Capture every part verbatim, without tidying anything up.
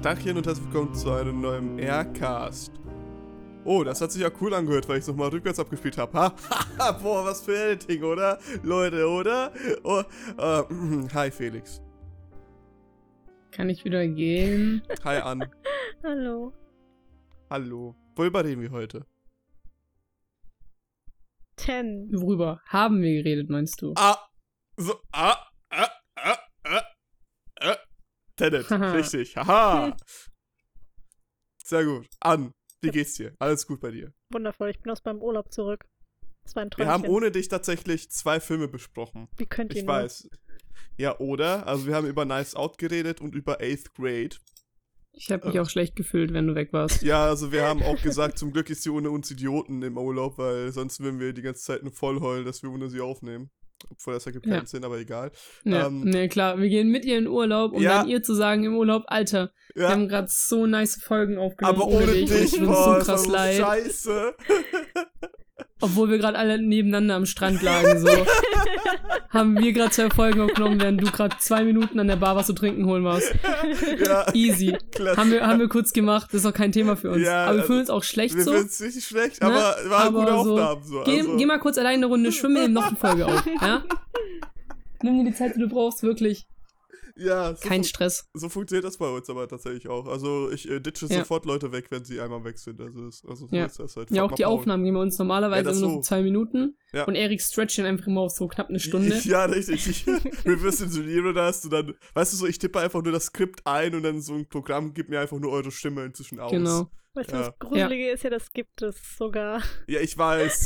Dachchen und herzlich willkommen zu einem neuen Aircast. Oh, das hat sich ja cool angehört, weil ich es nochmal rückwärts abgespielt habe. Ha, boah, was für Editing, oder? Leute, oder? Oh, äh, hi Felix. Kann ich wieder gehen? Hi Ann. Hallo. Hallo. Worüber reden wir heute? Ten. Worüber haben wir geredet, meinst du? Ah, so, ah, ah, ah, ah, ah. Tenet, richtig, haha. Sehr gut. Ann, wie geht's dir? Alles gut bei dir? Wundervoll, ich bin aus meinem Urlaub zurück. Das war ein Träumchen. Wir haben ohne dich tatsächlich zwei Filme besprochen. Wie könnt ihr Ich nur? weiß. Ja, oder? Also wir haben über Knives Out geredet und über Eighth Grade. Ich habe mich äh. auch schlecht gefühlt, wenn du weg warst. Ja, also wir haben auch gesagt, zum Glück ist sie ohne uns Idioten im Urlaub, weil sonst würden wir die ganze Zeit nur voll heulen, dass wir ohne sie aufnehmen. Obwohl das ja geplant ja. sind, aber egal. Ja, ähm, ne, klar, wir gehen mit ihr in Urlaub, um ja. dann ihr zu sagen im Urlaub, Alter, ja. wir haben gerade so nice Folgen aufgenommen. Aber ohne, ohne dich, dich boah, so krass leid. Scheiße. Obwohl wir gerade alle nebeneinander am Strand lagen, so. Haben wir gerade zwei Folgen aufgenommen, während du gerade zwei Minuten an der Bar was zu trinken holen warst. Ja, easy. Haben wir, haben wir kurz gemacht, das ist auch kein Thema für uns. Ja, aber wir fühlen uns auch schlecht wir so. Wir fühlen uns richtig schlecht, ne? aber war eine gute so, Aufnahme. So. Geh, also. geh mal kurz alleine eine Runde schwimmen, wir nehmen noch eine Folge auf, ja? Nimm dir die Zeit, die du brauchst, wirklich. Ja. So Kein Stress. So funktioniert das bei uns aber tatsächlich auch. Also ich äh, ditche ja. sofort Leute weg, wenn sie einmal weg sind. Also, ist, also so ja. ist das halt. Ja, auch die Aufnahmen gehen bei uns normalerweise ja, immer nur so. so zwei Minuten. Ja. Und Erik stretcht ihn einfach immer auf so knapp eine Stunde. Ja, richtig. Ich, Reverse Engineer das und dann, weißt du so, ich tippe einfach nur das Skript ein und dann so ein Programm gibt mir einfach nur eure Stimme inzwischen aus. Genau. Weißt du, ja. das Gruselige ja. ist ja, das gibt es sogar. Ja, ich weiß.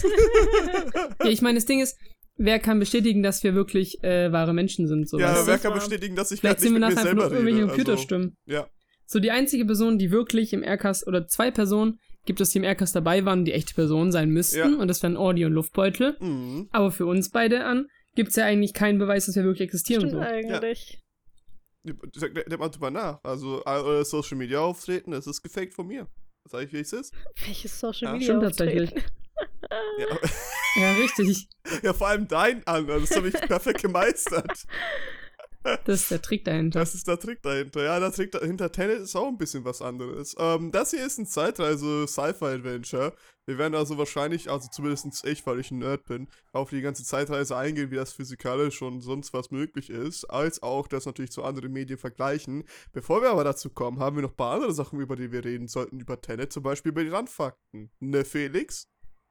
Ja, ich meine, das Ding ist, wer kann bestätigen, dass wir wirklich äh, wahre Menschen sind? So, ja, weißt wer du? kann bestätigen, dass ich Vielleicht gerade nicht mit mir sind wir selber nachher nur irgendwelche Computerstimmen. Also, ja. So, die einzige Person, die wirklich im Aircast, oder zwei Personen gibt es, die im Aircast dabei waren, die echte Personen sein müssten. Ja. Und das wären Ordi und Luftbeutel. Mhm. Aber für uns beide an gibt es ja eigentlich keinen Beweis, dass wir wirklich existieren. Stimmt so. eigentlich. Ja. Denk mal drüber nach. Also, euer Social Media Auftreten, das ist gefaked von mir. Sag ich, wie es ist? Welches Social ja. Media Stimmt Auftreten? tatsächlich. Ja. Ja, richtig. Ja, vor allem dein an. Das habe ich perfekt gemeistert. Das ist der Trick dahinter. Das ist der Trick dahinter. Ja, der Trick dahinter Tenet ist auch ein bisschen was anderes. Ähm, das hier ist ein Zeitreise-Sci-Fi-Adventure. Wir werden also wahrscheinlich, also zumindest ich, weil ich ein Nerd bin, auf die ganze Zeitreise eingehen, wie das physikalisch und sonst was möglich ist, als auch das natürlich zu anderen Medien vergleichen. Bevor wir aber dazu kommen, haben wir noch ein paar andere Sachen, über die wir reden sollten, über Tenet, zum Beispiel über die Randfakten. Ne, Felix?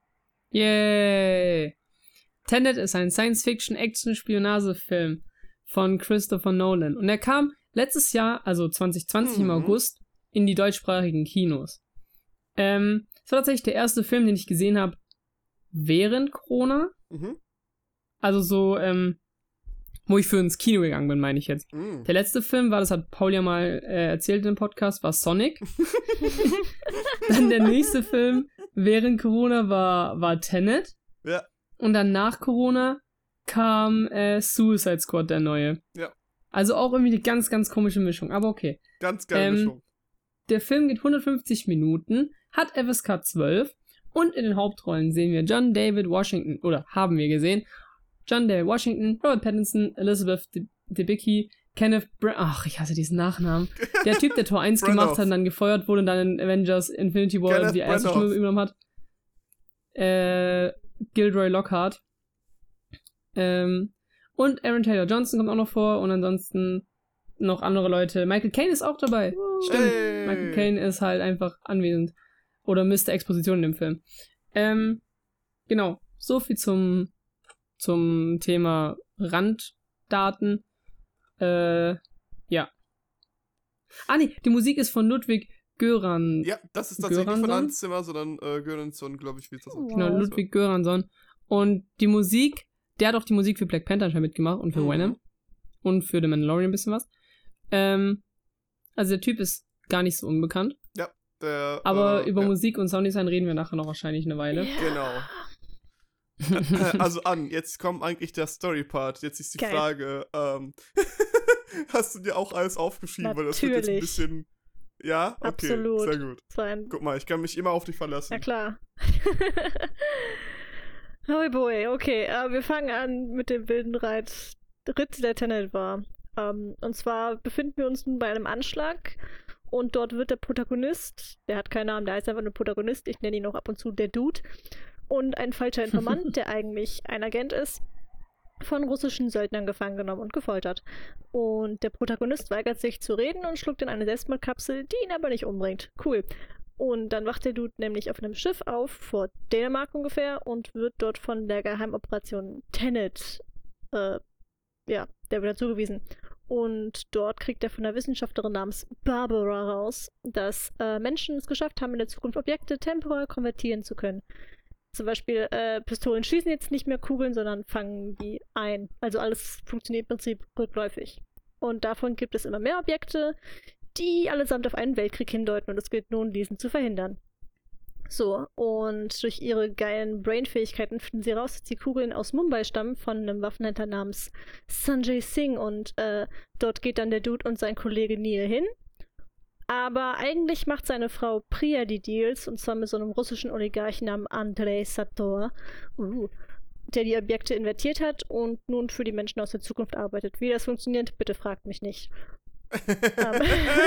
Yay! Tenet ist ein Science-Fiction-Action-Spionage-Film von Christopher Nolan. Und er kam letztes Jahr, also zwanzig zwanzig mhm. im August, in die deutschsprachigen Kinos. Ähm, das war tatsächlich der erste Film, den ich gesehen habe während Corona. Mhm. Also so, ähm, wo ich für ins Kino gegangen bin, meine ich jetzt. Mhm. Der letzte Film war, das hat Paul ja mal äh, erzählt im Podcast, war Sonic. Dann der nächste Film während Corona war, war Tenet. Ja. Und dann nach Corona kam äh, Suicide Squad, der neue. Ja. Also auch irgendwie eine ganz, ganz komische Mischung, aber okay. Ganz geile ähm, Mischung. Der Film geht hundertfünfzig Minuten, hat F S K zwölf und in den Hauptrollen sehen wir John David Washington, oder haben wir gesehen, John David Washington, Robert Pattinson, Elizabeth Debicki, Kenneth Branagh, ach, ich hasse diesen Nachnamen. Der Typ, der Tor eins gemacht hat und dann gefeuert wurde und dann in Avengers Infinity War Kenneth die erste Branagh. Stimme übernommen hat. Äh, Gilroy Lockhart. Ähm, und Aaron Taylor Johnson kommt auch noch vor und ansonsten noch andere Leute. Michael Caine ist auch dabei. Uh, Stimmt. Hey. Michael Caine ist halt einfach anwesend. Oder Mister Exposition in dem Film. Ähm, genau. So viel zum, zum Thema Randdaten. Äh, ja. Ah, nee, die Musik ist von Ludwig Göran. Ja, das ist tatsächlich Göransson? von Hans Zimmer, sondern äh, Göransson, glaube ich, wie ist das auch. Genau, Ludwig Göransson. Und die Musik, der hat auch die Musik für Black Panther schon mitgemacht und für Mhm. Venom. Und für The Mandalorian ein bisschen was. Ähm, also der Typ ist gar nicht so unbekannt. Ja, der. Aber äh, über ja. Musik und Sounddesign reden wir nachher noch wahrscheinlich eine Weile. Genau. Also an, jetzt kommt eigentlich der Story-Part. Jetzt ist die Geil. Frage, ähm, hast du dir auch alles aufgeschrieben? Weil das wird jetzt ein Natürlich. bisschen. Ja? Okay, Absolut. sehr gut. Sein. Guck mal, ich kann mich immer auf dich verlassen. Ja, klar. Oh boy, okay. Äh, wir fangen an mit dem wilden Ritt, Ritt der Tenet war. Ähm, und zwar befinden wir uns nun bei einem Anschlag Und dort wird der Protagonist, der hat keinen Namen, der heißt einfach nur Protagonist, ich nenne ihn auch ab und zu der Dude, und ein falscher Informant, der eigentlich ein Agent ist, von russischen Söldnern gefangen genommen und gefoltert. Und der Protagonist weigert sich zu reden und schluckt in eine Selbstmordkapsel, die ihn aber nicht umbringt. Cool. Und dann wacht der Dude nämlich auf einem Schiff auf, vor Dänemark ungefähr, und wird dort von der Geheimoperation Tenet, äh, ja, der wird zugewiesen. Und dort kriegt er von einer Wissenschaftlerin namens Barbara raus, dass äh, Menschen es geschafft haben, in der Zukunft Objekte temporär konvertieren zu können. Zum Beispiel, äh, Pistolen schießen jetzt nicht mehr Kugeln, sondern fangen die ein. Also alles funktioniert im Prinzip rückläufig. Und davon gibt es immer mehr Objekte, die allesamt auf einen Weltkrieg hindeuten, und es gilt nun, diesen zu verhindern. So, und durch ihre geilen Brain-Fähigkeiten finden sie raus, dass die Kugeln aus Mumbai stammen, von einem Waffenhändler namens Sanjay Singh, und äh, dort geht dann der Dude und sein Kollege Neil hin. Aber eigentlich macht seine Frau Priya die Deals, und zwar mit so einem russischen Oligarchen namens Andrei Sator, uh, der die Objekte invertiert hat und nun für die Menschen aus der Zukunft arbeitet. Wie das funktioniert, bitte fragt mich nicht. um,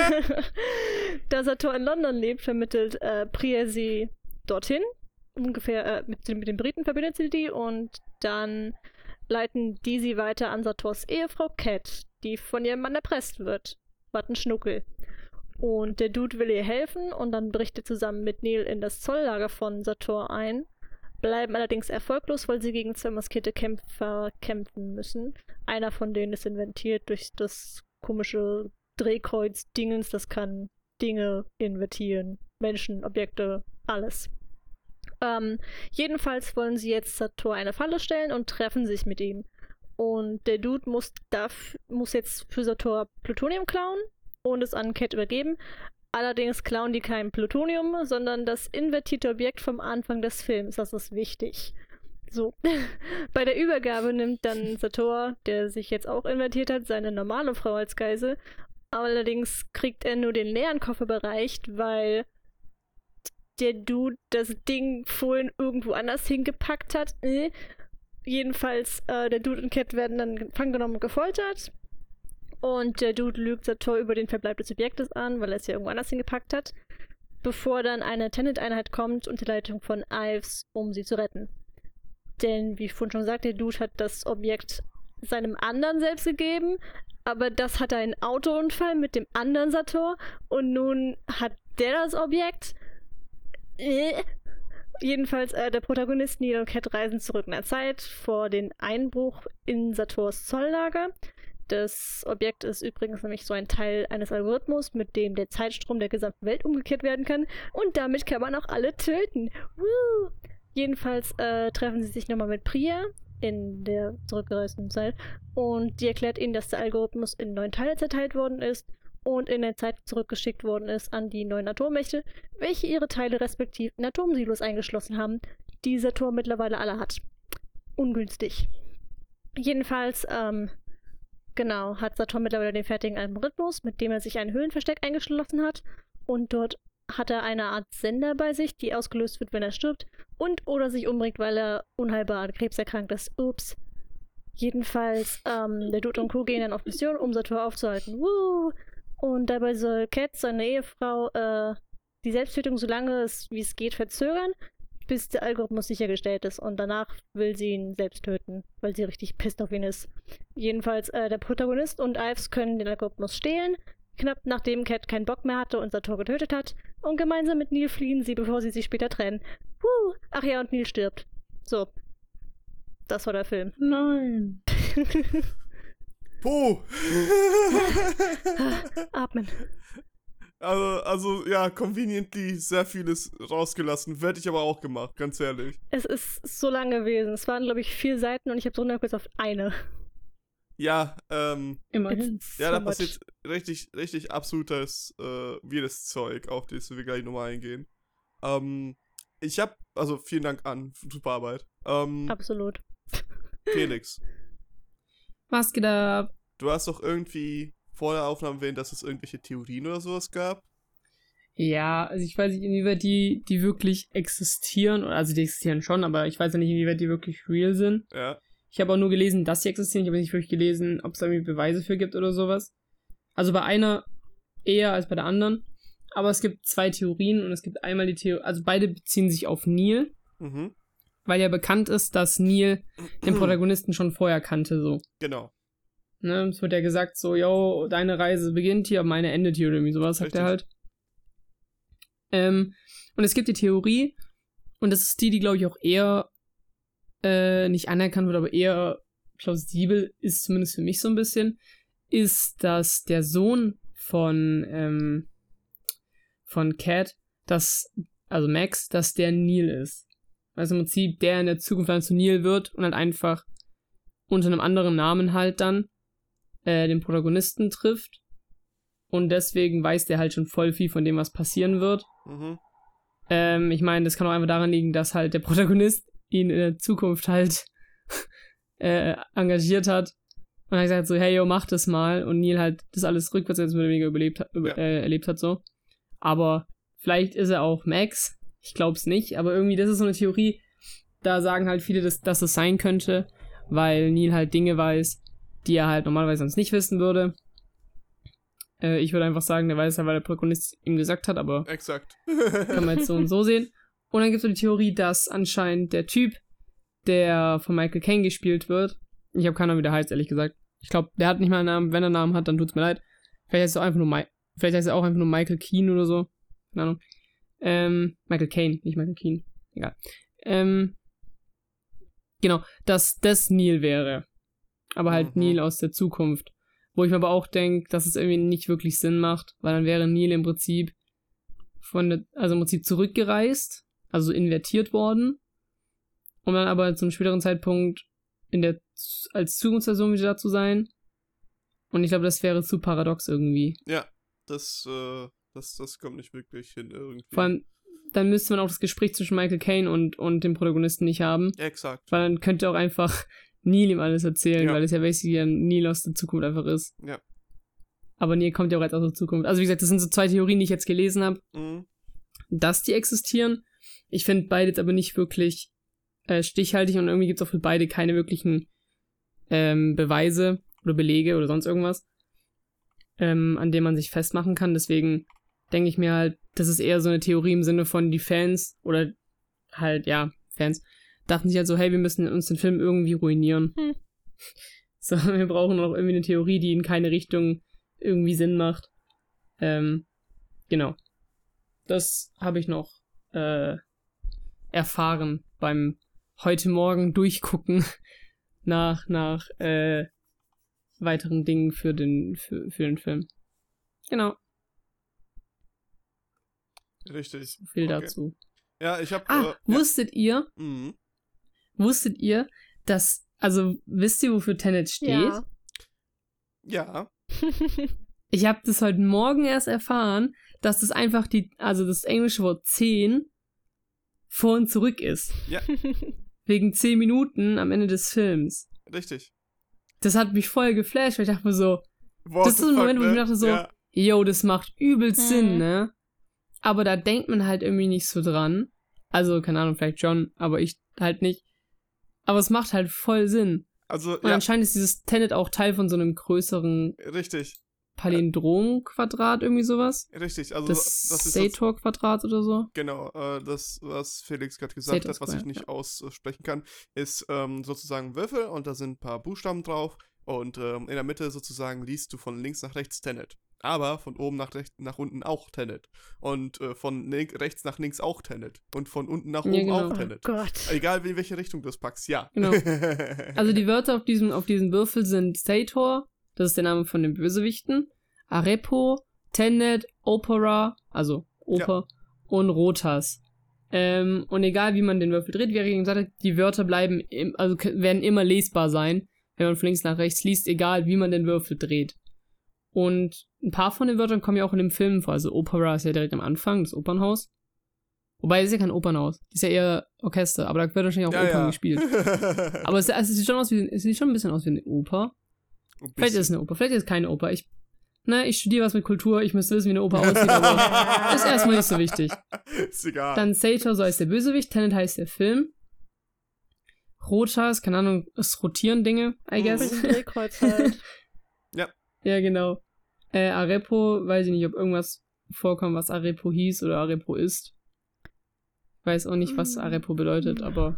da Sator in London lebt, vermittelt äh, Priya sie dorthin. Ungefähr äh, mit, mit den Briten verbindet sie die, und dann leiten die sie weiter an Sators Ehefrau Cat, die von ihrem Mann erpresst wird. Was ein Schnuckel. Und der Dude will ihr helfen, und dann bricht er zusammen mit Neil in das Zolllager von Sator ein, bleiben allerdings erfolglos, weil sie gegen zwei maskierte Kämpfer kämpfen müssen. Einer von denen ist inventiert durch das komische Drehkreuz-Dingens, das kann Dinge invertieren, Menschen, Objekte, alles. Ähm, jedenfalls wollen sie jetzt Sator eine Falle stellen und treffen sich mit ihm. Und der Dude muss, darf, muss jetzt für Sator Plutonium klauen und es an Cat übergeben. Allerdings klauen die kein Plutonium, sondern das invertierte Objekt vom Anfang des Films. Das ist wichtig. So. Bei der Übergabe nimmt dann Sator, der sich jetzt auch invertiert hat, seine normale Frau als Geisel. Allerdings kriegt er nur den leeren Koffer bereicht, weil der Dude das Ding vorhin irgendwo anders hingepackt hat. Äh. Jedenfalls, äh, der Dude und Cat werden dann gefangen genommen und gefoltert. Und der Dude lügt Sator über den Verbleib des Objektes an, weil er es ja irgendwo anders hingepackt hat, bevor dann eine Tenet-Einheit kommt unter Leitung von Ives, um sie zu retten. Denn, wie ich vorhin schon sagte, der Dude hat das Objekt seinem anderen selbst gegeben, aber das hatte einen Autounfall mit dem anderen Sator, und nun hat der das Objekt. Äh. Jedenfalls, äh, der Protagonist Neil und Cat reisen zurück in der Zeit vor den Einbruch in Sators Zolllager. Das Objekt ist übrigens nämlich so ein Teil eines Algorithmus, mit dem der Zeitstrom der gesamten Welt umgekehrt werden kann, und damit kann man auch alle töten. Woo! Jedenfalls äh, treffen sie sich nochmal mit Priya in der zurückgereisten Zeit, und die erklärt ihnen, dass der Algorithmus in neun Teile zerteilt worden ist und in der Zeit zurückgeschickt worden ist an die neuen Atommächte, welche ihre Teile respektiv in Atomsilos eingeschlossen haben, die Sator mittlerweile alle hat. Ungünstig. Jedenfalls, ähm, genau, hat Sator mittlerweile den fertigen Algorithmus, mit dem er sich ein Höhlenversteck eingeschlossen hat, und dort hat er eine Art Sender bei sich, die ausgelöst wird, wenn er stirbt, und oder sich umbringt, weil er unheilbar an Krebs erkrankt ist. Ups. Jedenfalls, ähm, der Dude und Co. gehen dann auf Mission, um Sator aufzuhalten. Woo! Und dabei soll Cat, seine Ehefrau, äh, die Selbsttötung so lange es, wie es geht, verzögern, bis der Algorithmus sichergestellt ist. Und danach will sie ihn selbst töten, weil sie richtig pisst auf ihn ist. Jedenfalls, äh, der Protagonist und Ives können den Algorithmus stehlen, knapp nachdem Cat keinen Bock mehr hatte und Sator getötet hat. Und gemeinsam mit Neil fliehen sie, bevor sie sich später trennen. Woo! Ach ja, und Neil stirbt. So. Das war der Film. Nein. Puh. Atmen. Also, also, ja, conveniently sehr vieles rausgelassen. Werde ich aber auch gemacht, ganz ehrlich. Es ist so lang gewesen. Es waren, glaube ich, vier Seiten, und ich habe so runtergekürzt auf eine. Ja, ähm. Immerhin. So Ja, da much. passiert richtig, richtig absolutes, äh, weirdes Zeug, auf das wir gleich nochmal eingehen. Ähm, ich hab, also vielen Dank an, super Arbeit. Ähm, Absolut. Felix, Was geht ab? du hast doch irgendwie vor der Aufnahme erwähnt, dass es irgendwelche Theorien oder sowas gab. Ja, also ich weiß nicht, inwieweit die, die wirklich existieren. Also die existieren schon, aber ich weiß ja nicht, inwieweit die wirklich real sind. Ja. Ich habe auch nur gelesen, dass sie existieren. Ich habe nicht wirklich gelesen, ob es da irgendwie Beweise für gibt oder sowas. Also bei einer eher als bei der anderen. aber es gibt zwei Theorien und es gibt einmal die Theorie, also beide beziehen sich auf Neil, Mhm. weil ja bekannt ist, dass Neil den Protagonisten schon vorher kannte, so. Genau. Ne, es wird ja gesagt, so, yo, deine Reise beginnt hier, meine endet hier oder irgendwie sowas, sagt Richtig. er halt. Ähm, und es gibt die Theorie, und das ist die, die, glaube ich, auch eher äh, nicht anerkannt wird, aber eher plausibel ist, zumindest für mich so ein bisschen, ist, dass der Sohn von, ähm, von Cat, das, also Max, dass der Neil ist. Also im Prinzip der in der Zukunft dann zu Neil wird und halt einfach unter einem anderen Namen halt dann äh, den Protagonisten trifft. Und deswegen weiß der halt schon voll viel von dem, was passieren wird. Mhm. Ähm, ich meine, das kann auch einfach daran liegen, dass halt der Protagonist ihn in der Zukunft halt äh, engagiert hat. Und er hat gesagt so, hey, yo, mach das mal. Und Neil halt das alles rückwärts jetzt mehr oder weniger überlebt, hat- über, Ja. äh, erlebt hat so. Aber vielleicht ist er auch Max. Ich glaub's nicht. Aber irgendwie, das ist so eine Theorie, da sagen halt viele, dass, dass es sein könnte, weil Neil halt Dinge weiß, die er halt normalerweise sonst nicht wissen würde. Äh, ich würde einfach sagen, der weiß ja, weil der Protagonist ihm gesagt hat, aber Exakt. kann man jetzt so und so sehen. Und dann gibt es die Theorie, dass anscheinend der Typ, der von Michael Caine gespielt wird, ich habe keine Ahnung, wie der heißt, ehrlich gesagt. Ich glaube, der hat nicht mal einen Namen. Wenn er einen Namen hat, dann tut's mir leid. Vielleicht heißt er auch einfach nur, Mi- Vielleicht heißt er auch einfach nur Michael Keane oder so. Keine Ahnung. Ähm, Michael Caine, nicht Michael Keane. Egal. Ähm, genau, dass das Neil wäre. Aber halt Mhm. Neil aus der Zukunft. Wo ich mir aber auch denke, dass es irgendwie nicht wirklich Sinn macht, weil dann wäre Neil im Prinzip von der, also im Prinzip zurückgereist, also invertiert worden, um dann aber zu einem späteren Zeitpunkt in der als Zukunftsversion wieder da zu sein. Und ich glaube, das wäre zu paradox irgendwie. Ja, das, äh, das, das kommt nicht wirklich hin irgendwie. Vor allem, dann müsste man auch das Gespräch zwischen Michael Caine und, und dem Protagonisten nicht haben, Exakt. weil dann könnte auch einfach Neil ihm alles erzählen, Ja. weil es ja basically ein Neil aus der Zukunft einfach ist. Ja. Aber Neil kommt ja auch jetzt aus der Zukunft. Also wie gesagt, das sind so zwei Theorien, die ich jetzt gelesen habe, Mhm. dass die existieren. Ich finde beide jetzt aber nicht wirklich äh, stichhaltig und irgendwie gibt es auch für beide keine wirklichen ähm, Beweise oder Belege oder sonst irgendwas, ähm, an dem man sich festmachen kann. Deswegen denke ich mir halt, das ist eher so eine Theorie im Sinne von die Fans oder halt, ja, Fans, dachten sich halt so, hey, wir müssen uns den Film irgendwie ruinieren. Hm. So, wir brauchen noch irgendwie eine Theorie, die in keine Richtung irgendwie Sinn macht. Ähm, genau. Das habe ich noch äh, erfahren beim heute Morgen durchgucken nach, nach äh, weiteren Dingen für den, für, für den Film. Genau, Richtig. so viel Okay. dazu. Ja, ich hab. Ah, äh, ja. wusstet ihr, Mhm. wusstet ihr, dass, also wisst ihr, wofür Tenet steht? Ja. Ja. Ich habe das heute Morgen erst erfahren, dass das einfach die, also das englische Wort zehn vor und zurück ist. Ja, Wegen zehn Minuten am Ende des Films. richtig. Das hat mich voll geflasht, weil ich dachte mir so, What das ist the so ein fuck, Moment, wo ich ne? mir dachte so, Ja. yo, das macht übelst Mhm. Sinn, ne? Aber da denkt man halt irgendwie nicht so dran. Also, keine Ahnung, vielleicht schon, aber ich halt nicht. Aber es macht halt voll Sinn. Also, Und ja, anscheinend ist dieses Tenet auch Teil von so einem größeren richtig. Palindrom-Quadrat, irgendwie sowas. Richtig. Also, Das, das ist jetzt, Sator-Quadrat oder so. genau, äh, das, was Felix gerade gesagt Sator hat, was ich Square, nicht aussprechen kann, ist ähm, sozusagen Würfel und da sind ein paar Buchstaben drauf und ähm, in der Mitte sozusagen liest du von links nach rechts Tenet. Aber von oben nach rechts nach unten auch Tenet. Und äh, von link, rechts nach links auch Tenet. Und von unten nach Ja, oben genau. auch Oh Tenet. Gott. Egal, in welche Richtung du es packst, ja. Genau. Also die Wörter auf diesem, auf diesem Würfel sind Sator, das ist der Name von den Bösewichten, Arepo, Tenet, Opera, also Oper, und Rotas. Ähm, und egal wie man den Würfel dreht, wie Erik eben gesagt hat, die Wörter bleiben, im, also k- werden immer lesbar sein, wenn man von links nach rechts liest, egal wie man den Würfel dreht. Und ein paar von den Wörtern kommen ja auch in dem Film vor. Also Opera ist ja direkt am Anfang, das Opernhaus. Wobei, es ist ja kein Opernhaus. Das ist ja eher Orchester, aber da wird wahrscheinlich auch ja, Opern ja. gespielt. Aber es, also es, sieht schon aus wie, es sieht schon ein bisschen aus wie eine Oper. Ein Vielleicht ist es bisschen. eine Oper, vielleicht ist es keine Oper. Ich, ne, ich studiere was mit Kultur, ich müsste wissen, wie eine Oper aussieht, aber ist erstmal nicht so wichtig. Ist egal. Dann Sator, so heißt der Bösewicht, Tenet heißt der Film. Rotas, keine Ahnung, es rotieren Dinge, I Mhm. guess. Ein Drehkreuz halt. Ja, genau. Äh, Arepo, weiß ich nicht, ob irgendwas vorkommen, was Arepo hieß oder Arepo ist. Ich weiß auch nicht, was Arepo bedeutet, aber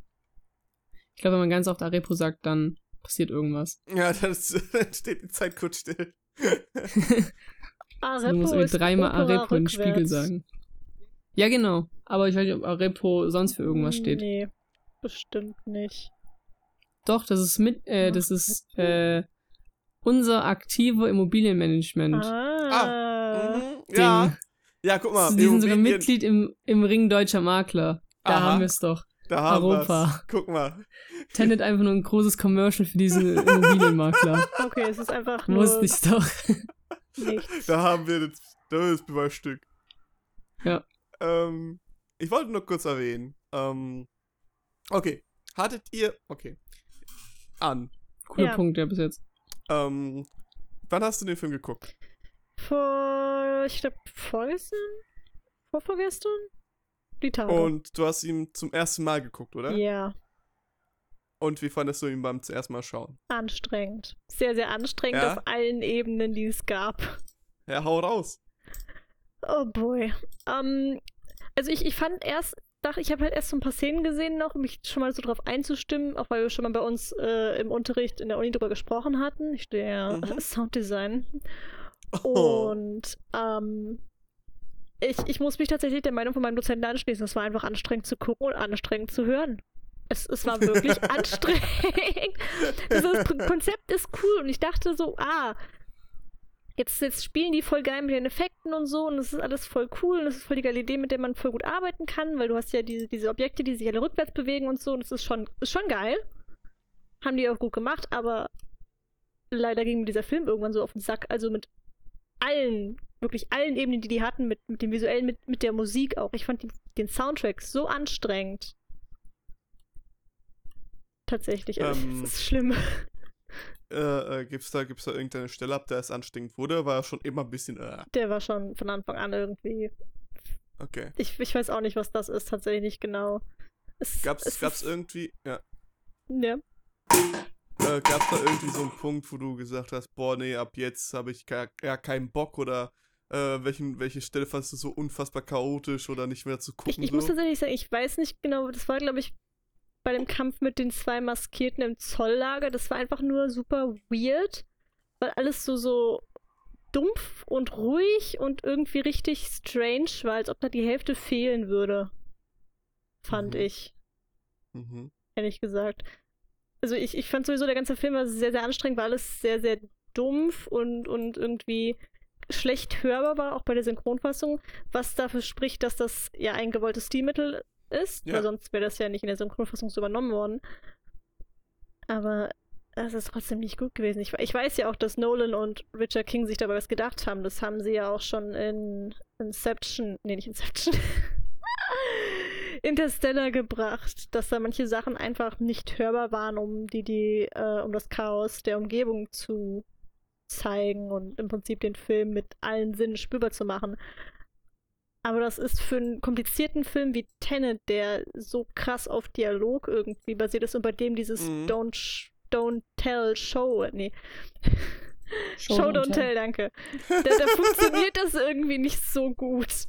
ich glaube, wenn man ganz oft Arepo sagt, dann passiert irgendwas. Ja, dann steht die Zeit kurz still. Also, du musst irgendwie dreimal Arepo in den Spiegel sagen. Ja, genau. Aber ich weiß nicht, ob Arepo sonst für irgendwas steht. Nee, bestimmt nicht. Doch, das ist mit, äh, das ist äh, unser aktiver Immobilienmanagement. Ah. ah mhm, ja. Ja, guck mal. Die sind sogar Mitglied im, im Ring Deutscher Makler. Da Aha, haben wir es doch. Da haben Europa. Wir's. Guck mal. Tenet einfach nur ein großes Commercial für diesen Immobilienmakler. Okay, es ist einfach nur... Wusste ich doch. Nichts. Da haben wir das, das Beweisstück. Ja. Ähm, ich wollte nur kurz erwähnen. Ähm, okay. Hattet ihr... Okay. An. Cooler Ja. Punkt, ja, bis jetzt. Ähm, wann hast du den Film geguckt? Vor, ich glaube, vorgestern? Vorvorgestern? Die Tage. Und du hast ihn zum ersten Mal geguckt, oder? Ja. Und wie fandest du ihn beim zum ersten Mal schauen? Anstrengend. Sehr, sehr anstrengend Ja? auf allen Ebenen, die es gab. Ja, hau raus. Oh boy. Ähm, also ich, ich fand erst, dachte, ich habe halt erst so ein paar Szenen gesehen noch, um mich schon mal so drauf einzustimmen, auch weil wir schon mal bei uns äh, im Unterricht in der Uni drüber gesprochen hatten. Ich stehe ja Mhm. Sounddesign. Oh. Und ähm, ich, ich muss mich tatsächlich der Meinung von meinem Dozenten anschließen. Es war einfach anstrengend zu gucken und anstrengend zu hören. Es, es war wirklich anstrengend. Also das Konzept ist cool und ich dachte so, ah, jetzt, jetzt spielen die voll geil mit den Effekten und so und es ist alles voll cool und es ist voll die geile Idee, mit der man voll gut arbeiten kann, weil du hast ja diese, diese Objekte, die sich alle rückwärts bewegen und so und es ist schon, ist schon geil. Haben die auch gut gemacht, aber leider ging mir dieser Film irgendwann so auf den Sack, also mit allen, wirklich allen Ebenen, die die hatten, mit, mit dem Visuellen, mit, mit der Musik auch. Ich fand die, den Soundtrack so anstrengend. Tatsächlich, also Ähm, es ist schlimm. Äh, äh, gibt's da, gibt's da irgendeine Stelle, ab der es anstrengend wurde? War schon immer ein bisschen, äh, Der war schon von Anfang an irgendwie. okay. Ich, ich weiß auch nicht, was das ist, tatsächlich nicht genau. Es, Gab's, es gab's ist, irgendwie, ja, ja. äh, gab's da irgendwie so einen Punkt, wo du gesagt hast, boah, nee, ab jetzt habe ich gar, ja, keinen Bock oder äh, welchen, welche Stelle fandest du so unfassbar chaotisch oder nicht mehr zu gucken? Ich, ich so? muss tatsächlich sagen, ich weiß nicht genau, das war, glaube ich, bei dem Kampf mit den zwei Maskierten im Zolllager, das war einfach nur super weird, weil alles so, so dumpf und ruhig und irgendwie richtig strange war, als ob da die Hälfte fehlen würde. Fand Mhm. ich, Mhm. ehrlich gesagt. Also ich, ich fand sowieso, der ganze Film war sehr, sehr anstrengend, weil alles sehr, sehr dumpf und, und irgendwie schlecht hörbar war, auch bei der Synchronfassung, was dafür spricht, dass das ja ein gewolltes Stilmittel ist, Ja. weil sonst wäre das ja nicht in der Synchronfassung so übernommen worden. Aber es ist trotzdem nicht gut gewesen. Ich, ich weiß ja auch, dass Nolan und Richard King sich dabei was gedacht haben. Das haben sie ja auch schon in Inception, nee, nicht Inception, Interstellar gebracht, dass da manche Sachen einfach nicht hörbar waren, um die, die, äh, um das Chaos der Umgebung zu zeigen und im Prinzip den Film mit allen Sinnen spürbar zu machen. Aber das ist für einen komplizierten Film wie Tenet, der so krass auf Dialog irgendwie basiert ist und bei dem dieses Mhm. Don't, sh- don't Tell, Show, nee. Show, Show, don't Don't tell. Tell, danke. Da, da funktioniert das irgendwie nicht so gut.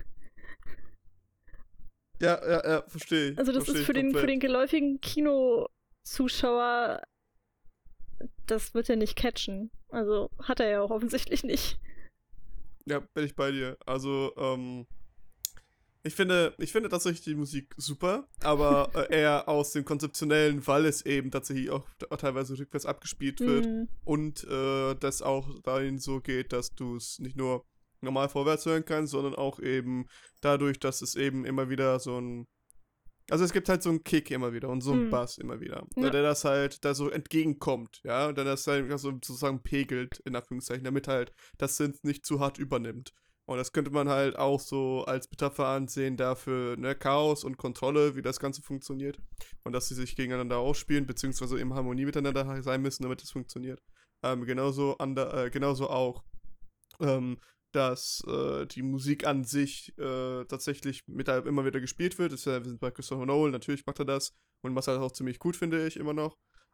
Ja, ja, ja, verstehe ich. Also das versteh ist für ich den, für komplett. den geläufigen Kinozuschauer, das wird er nicht catchen. Also hat er ja auch offensichtlich nicht. Ja, bin ich bei dir. Also, ähm, ich finde, ich finde tatsächlich die Musik super, aber äh, eher aus dem Konzeptionellen, weil es eben tatsächlich auch t- teilweise rückwärts abgespielt wird Mm, und äh, das auch dahin so geht, dass du es nicht nur normal vorwärts hören kannst, sondern auch eben dadurch, dass es eben immer wieder so ein also es gibt halt so einen Kick immer wieder und so einen Mhm. Bass immer wieder, Ja. der das halt da so entgegenkommt, ja, und dann das halt so sozusagen pegelt, in Anführungszeichen, damit halt das Synth nicht zu hart übernimmt. Und das könnte man halt auch so als Metapher ansehen dafür, ne, Chaos und Kontrolle, wie das Ganze funktioniert. Und dass sie sich gegeneinander ausspielen, beziehungsweise in Harmonie miteinander sein müssen, damit es funktioniert. Ähm, genauso, ander, äh, genauso auch, ähm, dass äh, die Musik an sich äh, tatsächlich mit immer wieder gespielt wird. Das ist ja, wir sind bei Christopher Nolan, natürlich macht er das und macht er auch ziemlich gut, finde ich, immer noch.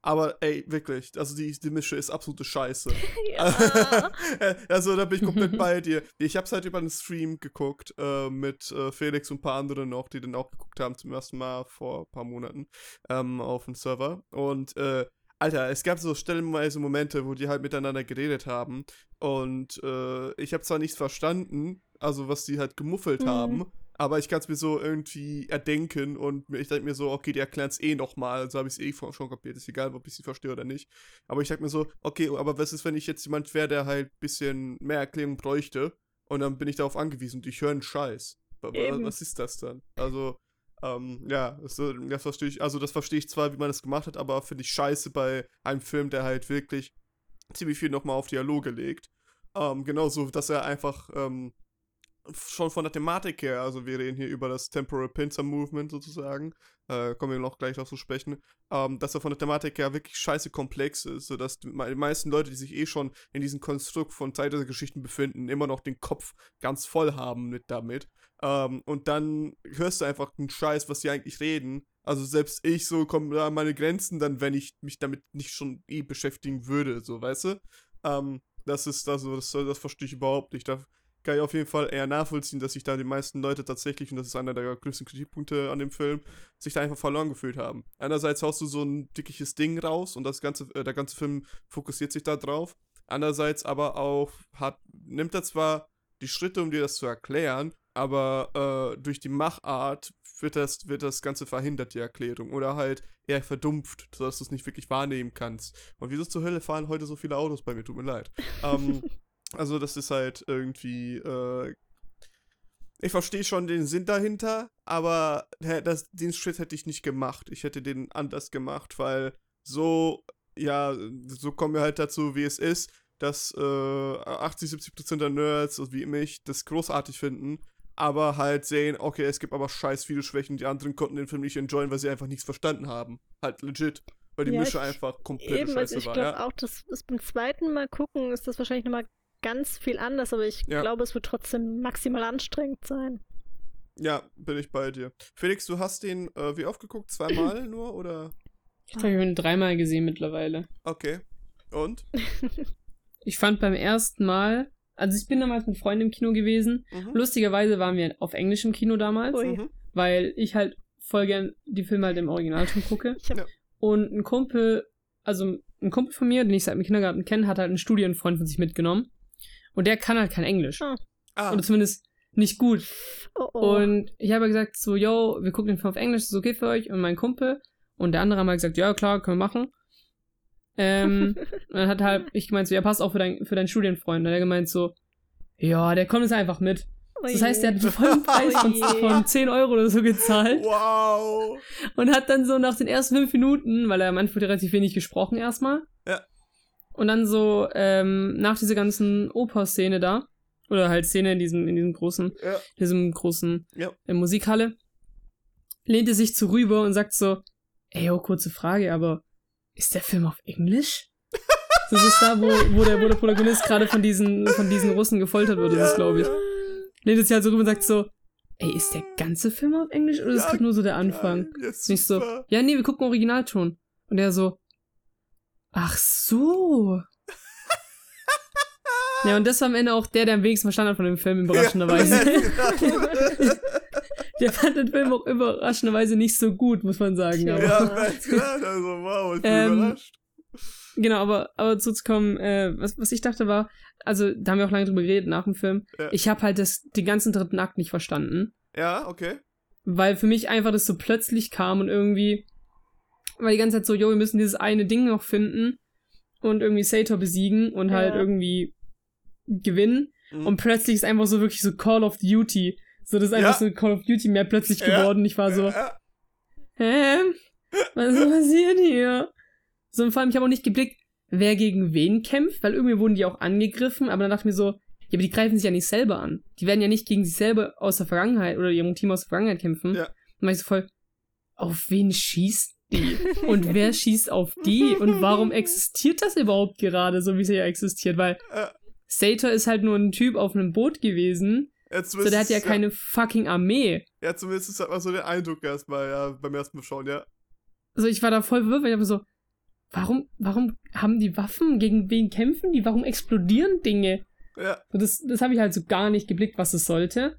Aber ey, wirklich, also die, die Mische ist absolute Scheiße. Ja. Also da bin ich komplett bei dir. Ich hab's halt über einen Stream geguckt, äh, mit äh, Felix und ein paar anderen noch, die den auch geguckt haben zum ersten Mal vor ein paar Monaten ähm, auf dem Server. Und äh, Alter, es gab so stellenweise Momente, wo die halt miteinander geredet haben. Und äh, ich habe zwar nichts verstanden, also was die halt gemuffelt Mhm. haben, aber ich kann es mir so irgendwie erdenken und ich denke mir so, okay, die erklären es eh nochmal, also habe ich es eh schon kapiert, ist egal, ob ich sie verstehe oder nicht. Aber ich sag mir so, okay, aber was ist, wenn ich jetzt jemand wäre, der halt ein bisschen mehr Erklärung bräuchte und dann bin ich darauf angewiesen und ich höre einen Scheiß. Wa- wa- Eben. Was ist das dann? Also, ähm, ja, das, äh, das verstehe ich, also das verstehe ich zwar, wie man das gemacht hat, aber finde ich scheiße bei einem Film, der halt wirklich ziemlich viel nochmal auf Dialoge legt. Ähm, genauso, dass er einfach, ähm, schon von der Thematik her, also wir reden hier über das Temporal Pincer Movement sozusagen, äh, kommen wir noch gleich drauf zu sprechen, ähm, dass er von der Thematik her wirklich scheiße komplex ist, sodass die me- meisten Leute, die sich eh schon in diesem Konstrukt von Zeitaltergeschichten befinden, immer noch den Kopf ganz voll haben mit damit. Ähm, und dann hörst du einfach einen Scheiß, was die eigentlich reden. Also selbst ich so komme an meine Grenzen dann, wenn ich mich damit nicht schon eh beschäftigen würde, so, weißt du? Ähm, das ist, also, das, das verstehe ich überhaupt nicht. Da kann ich auf jeden Fall eher nachvollziehen, dass sich da die meisten Leute tatsächlich, und das ist einer der größten Kritikpunkte an dem Film, sich da einfach verloren gefühlt haben. Einerseits haust du so ein dickiges Ding raus und das ganze, äh, der ganze Film fokussiert sich da drauf. Andererseits aber auch hat, nimmt er zwar die Schritte, um dir das zu erklären, aber äh, durch die Machart wird das, wird das Ganze verhindert, die Erklärung. Oder halt eher verdumpft, sodass du es nicht wirklich wahrnehmen kannst. Und wieso zur Hölle fahren heute so viele Autos bei mir? Tut mir leid. Ähm, also das ist halt irgendwie, äh, ich verstehe schon den Sinn dahinter, aber hä, das, den Schritt hätte ich nicht gemacht. Ich hätte den anders gemacht, weil so, ja, so kommen wir halt dazu, wie es ist, dass äh, achtzig, siebzig Prozent der Nerds, also wie mich, das großartig finden, aber halt sehen, okay, es gibt aber scheiß viele Schwächen, die anderen konnten den Film nicht enjoyen, weil sie einfach nichts verstanden haben. Halt legit. Weil die Ja, Mische ich- einfach komplett Eben, scheiße also ich war, glaube ja. auch, dass das beim zweiten Mal gucken ist das wahrscheinlich nochmal ganz viel anders, aber ich Ja. glaube, es wird trotzdem maximal anstrengend sein. Ja, bin ich bei dir. Felix, du hast den, äh, wie oft geguckt? Zweimal nur, oder? Ich glaube, ich habe ihn dreimal gesehen mittlerweile. Okay. Und? Ich fand beim ersten Mal, also ich bin damals mit Freunden im Kino gewesen. Mhm. Lustigerweise waren wir auf Englisch im Kino damals, Ui. Mhm. weil ich halt voll gern die Filme halt im Originalton gucke. Ich hab, Ja. Und ein Kumpel, also ein Kumpel von mir, den ich seit dem Kindergarten kenne, hat halt einen Studienfreund von sich mitgenommen. Und der kann halt kein Englisch. Ah. Ah, Oder zumindest nicht gut. oh, oh. Und ich habe gesagt so, yo, wir gucken den Film auf Englisch, ist das okay für euch? Und mein Kumpel und der andere haben halt gesagt, ja, klar, können wir machen. Ähm, und dann hat halt ich gemeint so, ja, passt auch für, dein, für deinen Studienfreund. Und er gemeint so, ja, der kommt jetzt einfach mit. Das heißt, der hat einen vollen Preis von, Oje. von zehn Euro oder so gezahlt wow. und hat dann so nach den ersten fünf Minuten, weil er am Anfang relativ wenig gesprochen erstmal. Ja. Und dann so, ähm, nach dieser ganzen Oper-Szene da, oder halt Szene in diesem, in diesem großen, Ja. diesem großen Ja. äh, Musikhalle, lehnt er sich zu rüber und sagt so, ey, oh, kurze Frage, aber ist der Film auf Englisch? Das ist da, wo, wo, der, wo der Protagonist gerade von diesen, von diesen Russen gefoltert wird, das ist, glaube ich. Lehnt er sich halt so rüber und sagt so, ey, ist der ganze Film auf Englisch oder ist Ja, das nur so der Anfang? Geil, ja, Und ich so, super. ja, nee, wir gucken Originalton. Und er so, ach so. Ja, und das war am Ende auch der, der am wenigsten verstanden hat von dem Film, überraschenderweise. Ja, Der fand den Film auch überraschenderweise nicht so gut, muss man sagen. Tja. Aber. ja, ganz klar, also wow, ich bin Ähm, überrascht. Genau, aber, aber zuzukommen, äh, was, was ich dachte war, also da haben wir auch lange drüber geredet nach dem Film, Ja. ich habe halt das, den ganzen dritten Akt nicht verstanden, Ja, okay. weil für mich einfach das so plötzlich kam und irgendwie war die ganze Zeit so, jo, wir müssen dieses eine Ding noch finden und irgendwie Sator besiegen und halt Ja. irgendwie gewinnen Mhm. und plötzlich ist einfach so wirklich so Call of Duty, so das ist einfach Ja. so Call of Duty mehr plötzlich Ja. geworden. Ich war so, Ja, hä? Was passiert hier? So, und vor allem, ich habe auch nicht geblickt, wer gegen wen kämpft, weil irgendwie wurden die auch angegriffen, aber dann dachte ich mir so, ja, aber die greifen sich ja nicht selber an. Die werden ja nicht gegen sich selber aus der Vergangenheit oder ihrem Team aus der Vergangenheit kämpfen. Ja. Und dann war ich so voll, auf wen schießt die? Und wer schießt auf die? Und warum existiert das überhaupt gerade, so wie es ja existiert? Weil Ja. Sator ist halt nur ein Typ auf einem Boot gewesen, ja, so der hat ja zumindest- keine fucking Armee. Ja, zumindest hat man so den Eindruck erstmal, ja, beim ersten Mal schauen, ja. Also ich war da voll verwirrt, weil ich hab so, warum, warum haben die Waffen? Gegen wen kämpfen die? Warum explodieren Dinge? Ja. Und das, das habe ich halt so gar nicht geblickt, was es sollte.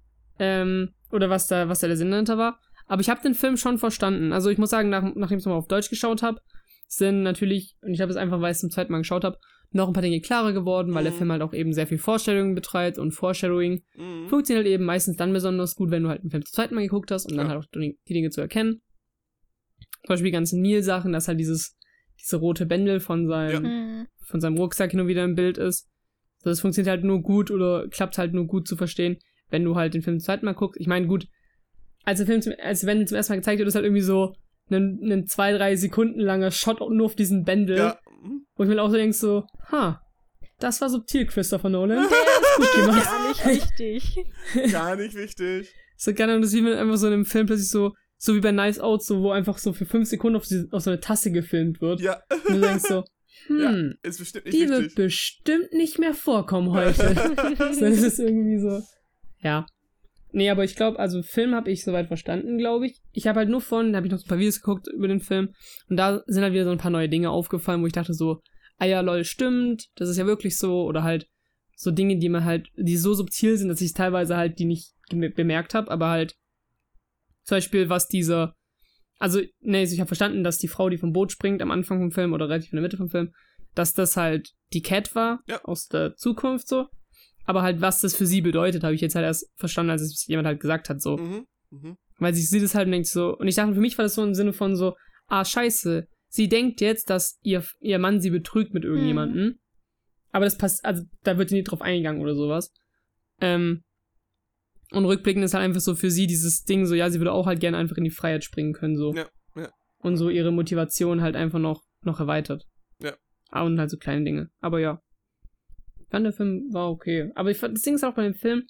Ähm, oder was da, was da der Sinn dahinter war. Aber ich habe den Film schon verstanden. Also ich muss sagen, nach, nachdem ich es nochmal auf Deutsch geschaut habe, sind natürlich, und ich habe es einfach, weil ich es zum zweiten Mal geschaut habe, noch ein paar Dinge klarer geworden, weil Mhm. der Film halt auch eben sehr viel Foreshadowing betreibt und Foreshadowing Mhm. funktioniert halt eben meistens dann besonders gut, wenn du halt einen Film zum zweiten Mal geguckt hast, um dann Ja. halt auch die die Dinge zu erkennen. Zum Beispiel die ganzen Neil-Sachen, dass halt dieses, diese rote Bändel von seinem, Mhm. von seinem Rucksack hin und wieder im Bild ist. So, das funktioniert halt nur gut oder klappt halt nur gut zu verstehen, wenn du halt den Film zum zweiten Mal guckst. Ich meine, gut, als der Film zum, als wenn zum ersten Mal gezeigt wird, ist halt irgendwie so ein, ein zwei, drei Sekunden langer Shot nur auf diesen Bändel, Ja. Mhm. wo ich mir auch so denke, so, ha, das war subtil, Christopher Nolan. Der ist gut gemacht. Gar nicht wichtig. Gar nicht wichtig. So, keine Ahnung, das ist wie wenn einfach so in einem Film plötzlich so, so wie bei Nice Out, so, wo einfach so für fünf Sekunden auf, die, auf so eine Tasse gefilmt wird. Ja. Und du denkst so, hm, Ist bestimmt nicht die wird wichtig. bestimmt nicht mehr vorkommen heute. So, das ist irgendwie so, ja. Nee, aber ich glaube, also Film habe ich soweit verstanden, glaube ich. Ich habe halt nur von, da habe ich noch so ein paar Videos geguckt über den Film und da sind halt wieder so ein paar neue Dinge aufgefallen, wo ich dachte so, ah ja, lol, stimmt, das ist ja wirklich so, oder halt so Dinge, die man halt, die so subtil sind, dass ich teilweise halt die nicht gem- bemerkt habe, aber halt zum Beispiel, was dieser, also, nee, ich habe verstanden, dass die Frau, die vom Boot springt am Anfang vom Film oder relativ in der Mitte vom Film, dass das halt die Cat war, Ja. aus der Zukunft so. Aber halt, was das für sie bedeutet, habe ich jetzt halt erst verstanden, als es jemand halt gesagt hat, so. Mhm. Mhm. Weil sie sieht es halt und denkt so, und ich dachte, für mich war das so im Sinne von so, ah, scheiße, sie denkt jetzt, dass ihr, ihr Mann sie betrügt mit irgendjemandem. Aber das passt, also da wird sie nicht drauf eingegangen oder sowas. Ähm, und rückblickend ist halt einfach so für sie dieses Ding so, ja, sie würde auch halt gerne einfach in die Freiheit springen können, so. Ja, ja. Und so ihre Motivation halt einfach noch, noch erweitert. Ja. Ah, und halt so kleine Dinge. Aber ja. Ich fand, der Film war okay. Aber ich fand, das Ding ist auch bei dem Film,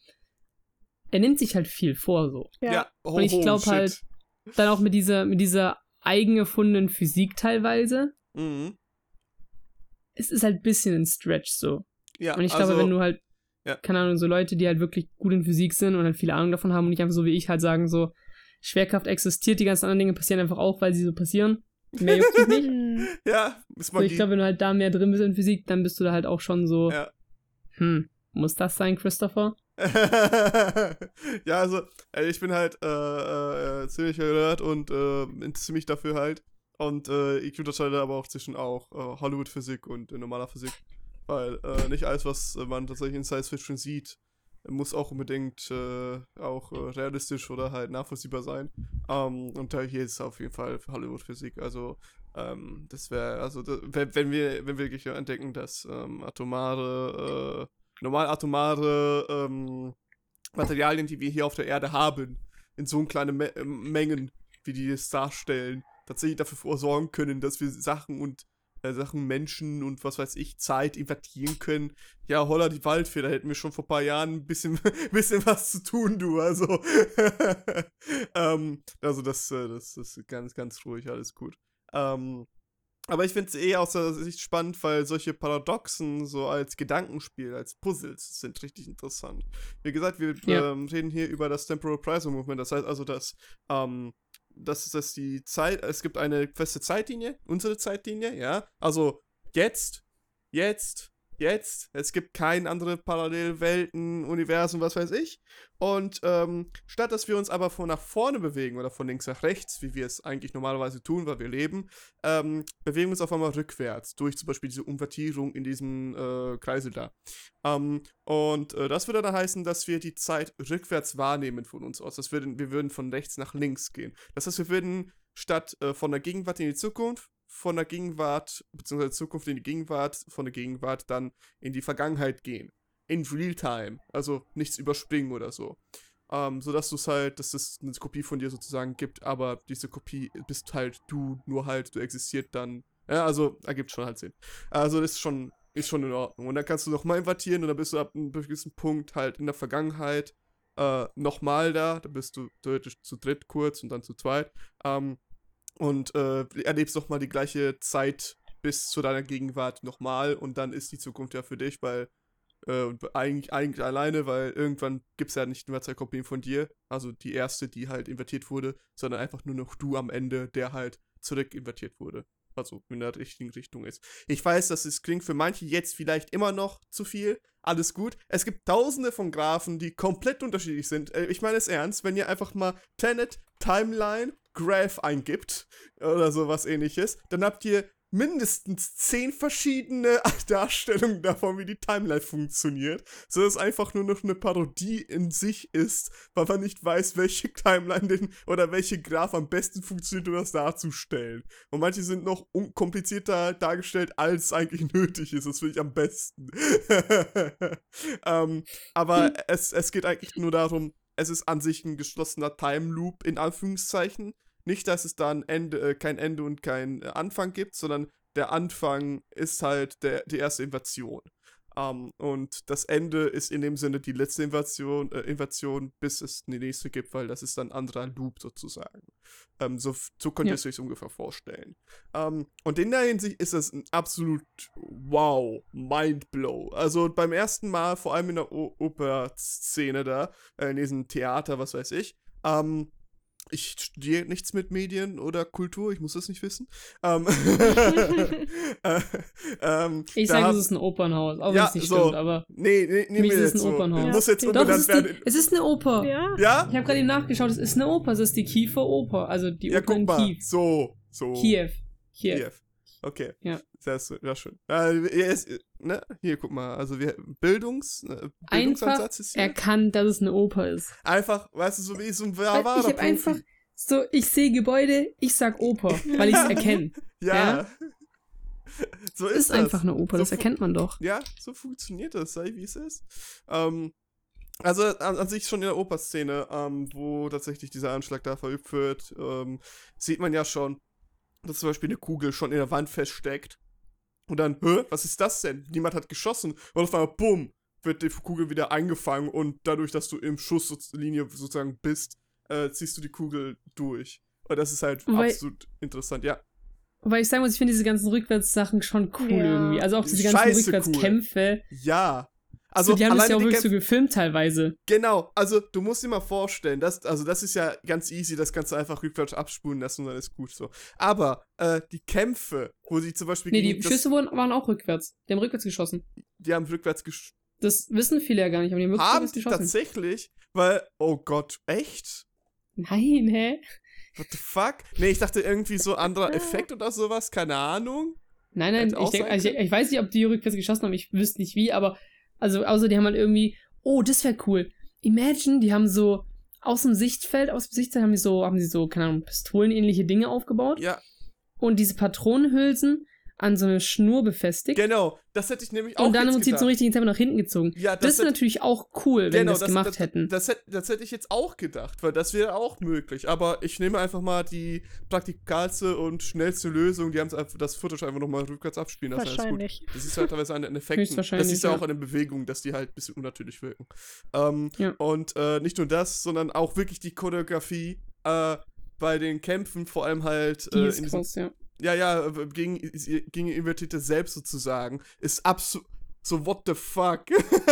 er nimmt sich halt viel vor, so. Ja. Ja. Oh, Und ich oh, glaub shit. halt- Dann auch mit dieser, mit dieser eigen erfundenen Physik teilweise. Mhm. Es ist halt ein bisschen ein Stretch, so. Ja, Und ich also, glaube, wenn du halt, ja. keine Ahnung, so Leute, die halt wirklich gut in Physik sind und halt viele Ahnung davon haben und nicht einfach so wie ich halt sagen, so, Schwerkraft existiert, die ganzen anderen Dinge passieren einfach auch, weil sie so passieren. Mehr juckt mich nicht. Mhm. Ja, ist So, Magie. ich glaube, wenn du halt da mehr drin bist in Physik, dann bist du da halt auch schon so, Ja. hm, muss das sein, Christopher? Ja, also, äh, ich bin halt äh, äh, ziemlich Nerd und äh, interessiere mich dafür halt. Und äh, ich unterscheide aber auch zwischen auch äh, Hollywood-Physik und äh, normaler Physik. Weil äh, nicht alles, was äh, man tatsächlich in Science Fiction sieht, muss auch unbedingt äh, auch äh, realistisch oder halt nachvollziehbar sein. Ähm, und da hier ist es auf jeden Fall Hollywood-Physik. Also, ähm, das wäre, also, da, wenn, wenn wir wenn wir wirklich entdecken, dass ähm, atomare, äh, normal atomare ähm, Materialien, die wir hier auf der Erde haben, in so kleinen Me äh, Mengen, wie die es darstellen, tatsächlich dafür sorgen können, dass wir Sachen und äh, Sachen, Menschen und was weiß ich, Zeit invertieren können. Ja, holla die Waldfee, da hätten wir schon vor ein paar Jahren ein bisschen, bisschen was zu tun, du. Also, ähm, also das, äh, das ist ganz, ganz ruhig, alles gut. Ähm, aber ich finde es eh aus der Sicht spannend, weil solche Paradoxen so als Gedankenspiel, als Puzzles sind richtig interessant. Wie gesagt, wir Ja. ähm, reden hier über das Temporal Pricing Movement. Das heißt also, dass ähm, das ist dass die Zeit, es gibt eine feste Zeitlinie, unsere Zeitlinie, ja. Also jetzt, jetzt, jetzt. Es gibt keine andere Parallelwelten, Universum, was weiß ich. Und ähm, statt dass wir uns aber von nach vorne bewegen oder von links nach rechts, wie wir es eigentlich normalerweise tun, weil wir leben, ähm, bewegen wir uns auf einmal rückwärts durch zum Beispiel diese Umvertierung in diesem äh, Kreisel da. Ähm, und äh, das würde dann heißen, dass wir die Zeit rückwärts wahrnehmen von uns aus. Das würden, wir würden von rechts nach links gehen. Das heißt, wir würden statt äh, von der Gegenwart in die Zukunft, von der Gegenwart, beziehungsweise Zukunft in die Gegenwart, von der Gegenwart dann in die Vergangenheit gehen. In Realtime. Also nichts überspringen oder so. Ähm, sodass du es halt, dass es eine Kopie von dir sozusagen gibt, aber diese Kopie bist halt du, nur halt, du existiert dann. Ja, also ergibt schon halt Sinn. Also das ist schon, ist schon in Ordnung. Und dann kannst du nochmal invertieren und dann bist du ab einem gewissen Punkt halt in der Vergangenheit äh, nochmal da. Dann bist du theoretisch zu dritt kurz und dann zu zweit. Ähm, und äh, erlebst nochmal die gleiche Zeit bis zu deiner Gegenwart nochmal und dann ist die Zukunft ja für dich, weil äh, eigentlich, eigentlich alleine, weil irgendwann gibt es ja nicht nur zwei Kopien von dir, also die erste, die halt invertiert wurde, sondern einfach nur noch du am Ende, der halt zurück invertiert wurde. also in der richtigen Richtung ist. Ich weiß, dass es klingt für manche jetzt vielleicht immer noch zu viel. Alles gut. Es gibt tausende von Graphen, die komplett unterschiedlich sind. Äh, ich meine es ernst, wenn ihr einfach mal Tenet, Timeline, Graph eingibt oder sowas ähnliches, dann habt ihr mindestens zehn verschiedene Darstellungen davon, wie die Timeline funktioniert, so dass es einfach nur noch eine Parodie in sich ist, weil man nicht weiß, welche Timeline denn oder welche Graph am besten funktioniert, um das darzustellen. Und manche sind noch komplizierter dargestellt, als eigentlich nötig ist. Das finde ich am besten. ähm, aber hm. es, es geht eigentlich nur darum, es ist an sich ein geschlossener Time Loop, in Anführungszeichen. Nicht, dass es da ein Ende, äh, kein Ende und kein äh, Anfang gibt, sondern der Anfang ist halt der, die erste Invasion. Um, und das Ende ist in dem Sinne die letzte Invasion, äh, Invasion, bis es die nächste gibt, weil das ist dann ein anderer Loop sozusagen. Um, so, so könnt ihr ja. es euch ungefähr vorstellen. Um, und in der Hinsicht ist das ein absolut wow, Mindblow. Also beim ersten Mal, vor allem in der o- Oper-Szene da, äh, in diesem Theater, was weiß ich, um, ich studiere nichts mit Medien oder Kultur, ich muss das nicht wissen. Ähm, äh, ähm, ich sage, hab, es ist ein Opernhaus, auch ja, wenn es nicht so, stimmt, aber nee, nee, nee, es ist ein so. Opernhaus. Ja, muss jetzt Doch, es, ist werden. die, es ist eine Oper. Ja? ja? Ich habe gerade eben nachgeschaut, es ist eine Oper, es ist die Kiewer Oper, also die ja, Oper in mal. Kiew. So, so. Kiew. Kiew. Kiew. Okay. Ja. Sehr, sehr schön. Äh, ist, ne? Hier, guck mal. Also, wir, Bildungs, äh, Bildungsansatz ist hier. Erkannt, dass es eine Oper ist. Einfach, weißt du, so wie so ein wahrer Ich habe einfach so, ich sehe Gebäude, ich sag Oper, weil ich es erkenne. Ja. ja. So ist, ist das. einfach eine Oper, so das erkennt man doch. Ja, so funktioniert das, sei wie es ist. Ähm, also an, an sich schon in der Operszene, ähm, wo tatsächlich dieser Anschlag da verübt wird, ähm, sieht man ja schon, dass zum Beispiel eine Kugel schon in der Wand feststeckt. Und dann, hä, was ist das denn? Niemand hat geschossen. Und auf einmal, bumm, wird die Kugel wieder eingefangen und dadurch, dass du im Schusslinie sozusagen bist, äh, ziehst du die Kugel durch. Und das ist halt Wobei, absolut interessant, ja. Wobei ich sagen muss, ich finde diese ganzen Rückwärtssachen schon cool ja. irgendwie. Also auch diese ganzen Scheiße Rückwärtskämpfe. Cool. Ja. Also, so, die haben das ja auch wirklich so gefilmt teilweise. Genau, also du musst dir mal vorstellen, das, also das ist ja ganz easy, das kannst du einfach rückwärts abspulen lassen und dann ist gut so. Aber äh, die Kämpfe, wo sie zum Beispiel... Nee, die Schüsse wurden, waren auch rückwärts. Die haben rückwärts geschossen. Die haben rückwärts geschossen. Das wissen viele ja gar nicht, aber die haben wirklich haben rückwärts die geschossen. Tatsächlich? Weil, oh Gott, echt? Nein, hä? What the fuck? Nee, ich dachte irgendwie so anderer Effekt oder sowas, keine Ahnung. Nein, nein, ich, denk, also ich, ich weiß nicht, ob die rückwärts geschossen haben, ich wüsste nicht wie, aber also außer die haben halt irgendwie, oh, das wäre cool. Imagine, die haben so aus dem Sichtfeld, aus dem Sichtfeld haben die so, haben sie so, keine Ahnung, pistolenähnliche Dinge aufgebaut. Ja. Und diese Patronenhülsen an so eine Schnur befestigt. Genau, das hätte ich nämlich auch Und dann im Prinzip gedacht. zum richtigen Zeitpunkt nach hinten gezogen. Ja, das das ist hätte, natürlich auch cool, wenn genau, wir das gemacht das, hätten. Das, das, das hätte ich jetzt auch gedacht, weil das wäre auch möglich. Aber ich nehme einfach mal die praktikalste und schnellste Lösung. Die haben das Footage einfach nochmal rückwärts abspielen lassen. Wahrscheinlich. Das ist halt teilweise an den Effekten. Das ist ja auch an den Bewegungen, dass die halt ein bisschen unnatürlich wirken. Ähm, ja. Und äh, nicht nur das, sondern auch wirklich die Choreografie äh, bei den Kämpfen, vor allem halt die äh, ist in diesem, krass, ja. Ja, ja, gegen, gegen Invertierte selbst sozusagen, ist absolut so, what the fuck?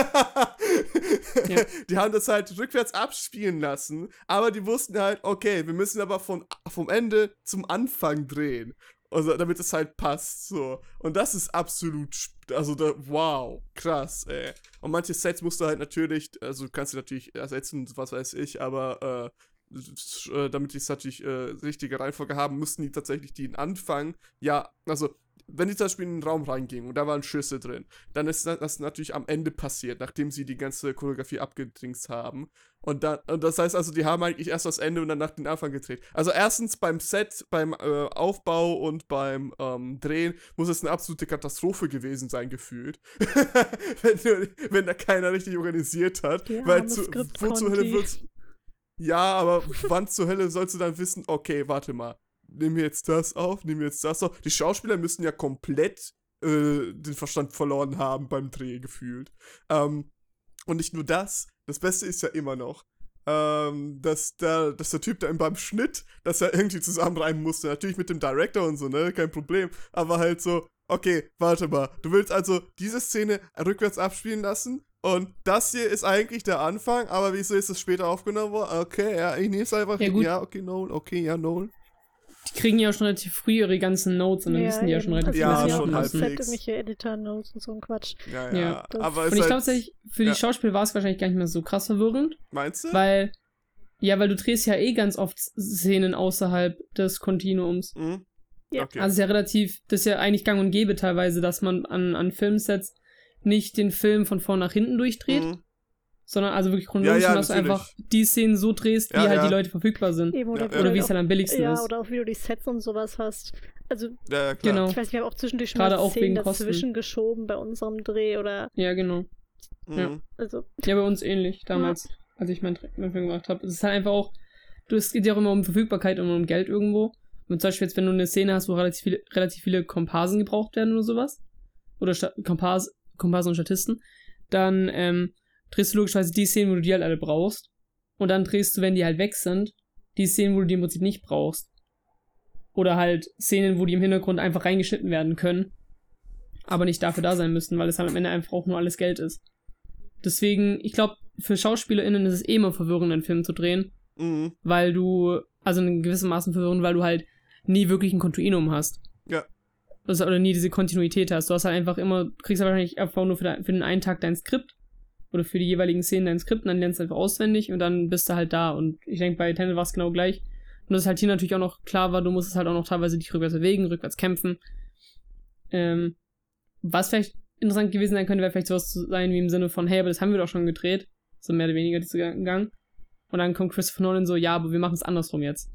ja. Die haben das halt rückwärts abspielen lassen, aber die wussten halt, okay, wir müssen aber von, vom Ende zum Anfang drehen, also damit es halt passt, so. Und das ist absolut, also, da, wow, krass, ey. Und manche Sets musst du halt natürlich, also du kannst sie natürlich ersetzen, was weiß ich, aber, äh, damit die es natürlich äh, richtige Reihenfolge haben, müssten die tatsächlich den Anfang, ja, also, wenn die zum Beispiel in den Raum reingingen und da waren Schüsse drin, dann ist das natürlich am Ende passiert, nachdem sie die ganze Choreografie abgedingst haben. Und dann, und das heißt also, die haben eigentlich erst das Ende und danach den Anfang gedreht. Also erstens beim Set, beim äh, Aufbau und beim ähm, Drehen muss es eine absolute Katastrophe gewesen sein, gefühlt. wenn, wenn da keiner richtig organisiert hat. Die weil zu, wo zur Hölle wird's. Ja, aber wann zur Hölle sollst du dann wissen, okay, warte mal, nehmen wir jetzt das auf, nehmen wir jetzt das auf. Die Schauspieler müssen ja komplett äh, den Verstand verloren haben beim Dreh gefühlt. Ähm, und nicht nur das, das Beste ist ja immer noch, ähm, dass, der, dass der Typ da beim Schnitt, dass er irgendwie zusammenreimen musste. Natürlich mit dem Director und so, ne, kein Problem. Aber halt so, okay, warte mal, du willst also diese Szene rückwärts abspielen lassen? Und das hier ist eigentlich der Anfang, aber wieso ist es später aufgenommen worden? Okay, ja, ich nehme es einfach. Ja, gut. Ja, okay, Noel, okay, ja, Noel. Die kriegen ja auch schon relativ früh ihre ganzen Notes und dann Ja, wissen die ja eben. schon relativ Ja, was sie ja, schon machen müssen. halbwegs. irgendwelche Editor-Notes und so ein Quatsch. Ja, ja. Ja, das- aber Und es ich halt, glaube tatsächlich, für die ja. Schauspieler war es wahrscheinlich gar nicht mehr so krass verwirrend, meinst du? weil, ja, weil du drehst ja eh ganz oft Szenen außerhalb des Kontinuums. Mhm. Ja. Okay. Also es ist ja relativ, das ist ja eigentlich gang und gäbe teilweise, dass man an, an Filmsets nicht den Film von vorn nach hinten durchdreht, Mhm. sondern also wirklich chronologisch, Ja, ja, dass du natürlich. einfach die Szenen so drehst, wie Ja, halt ja. die Leute verfügbar sind. Eben, oder, Ja, wie ja. Oder du wie halt es halt am billigsten Ja, ist. oder auch wie du die Sets und sowas hast. Also, Ja, ja, klar. Genau. ich weiß, wir haben auch zwischendurch schon Gerade mal auch wegen Szenen Kosten. dazwischen geschoben bei unserem Dreh oder, Ja, genau. Mhm. ja. also, Ja, bei uns ähnlich, damals, als ich meinen Tra- meinen Film gemacht habe. Es ist halt einfach auch, du, es geht ja auch immer um Verfügbarkeit und um Geld irgendwo. Und zum Beispiel jetzt, wenn du eine Szene hast, wo relativ viele, relativ viele Komparsen gebraucht werden oder sowas, oder Sta- Kompars, Komparsen und Statisten, dann ähm, drehst du logischerweise die Szenen, wo du die halt alle brauchst. Und dann drehst du, wenn die halt weg sind, die Szenen, wo du die im Prinzip nicht brauchst. Oder halt Szenen, wo die im Hintergrund einfach reingeschnitten werden können, aber nicht dafür da sein müssen, weil es halt am Ende einfach auch nur alles Geld ist. Deswegen, ich glaube, für SchauspielerInnen ist es eh immer verwirrend, einen Film zu drehen, Mhm. weil du, also in gewissem Maßen verwirrend, weil du halt nie wirklich ein Kontinuum hast. Ja. Also, oder nie diese Kontinuität hast. Du hast halt einfach immer, du kriegst halt wahrscheinlich einfach nur für, de, für den einen Tag dein Skript oder für die jeweiligen Szenen dein Skript und dann lernst du einfach auswendig und dann bist du halt da. Und ich denke, bei Tenet war es genau gleich. Und das ist halt hier natürlich auch noch klar war, du musst es halt auch noch teilweise dich rückwärts bewegen, rückwärts kämpfen. Ähm, was vielleicht interessant gewesen sein könnte, wäre vielleicht sowas zu sein wie im Sinne von, hey, aber das haben wir doch schon gedreht. So mehr oder weniger dieser Gang. Und dann kommt Christopher Nolan so, ja, aber wir machen es andersrum jetzt.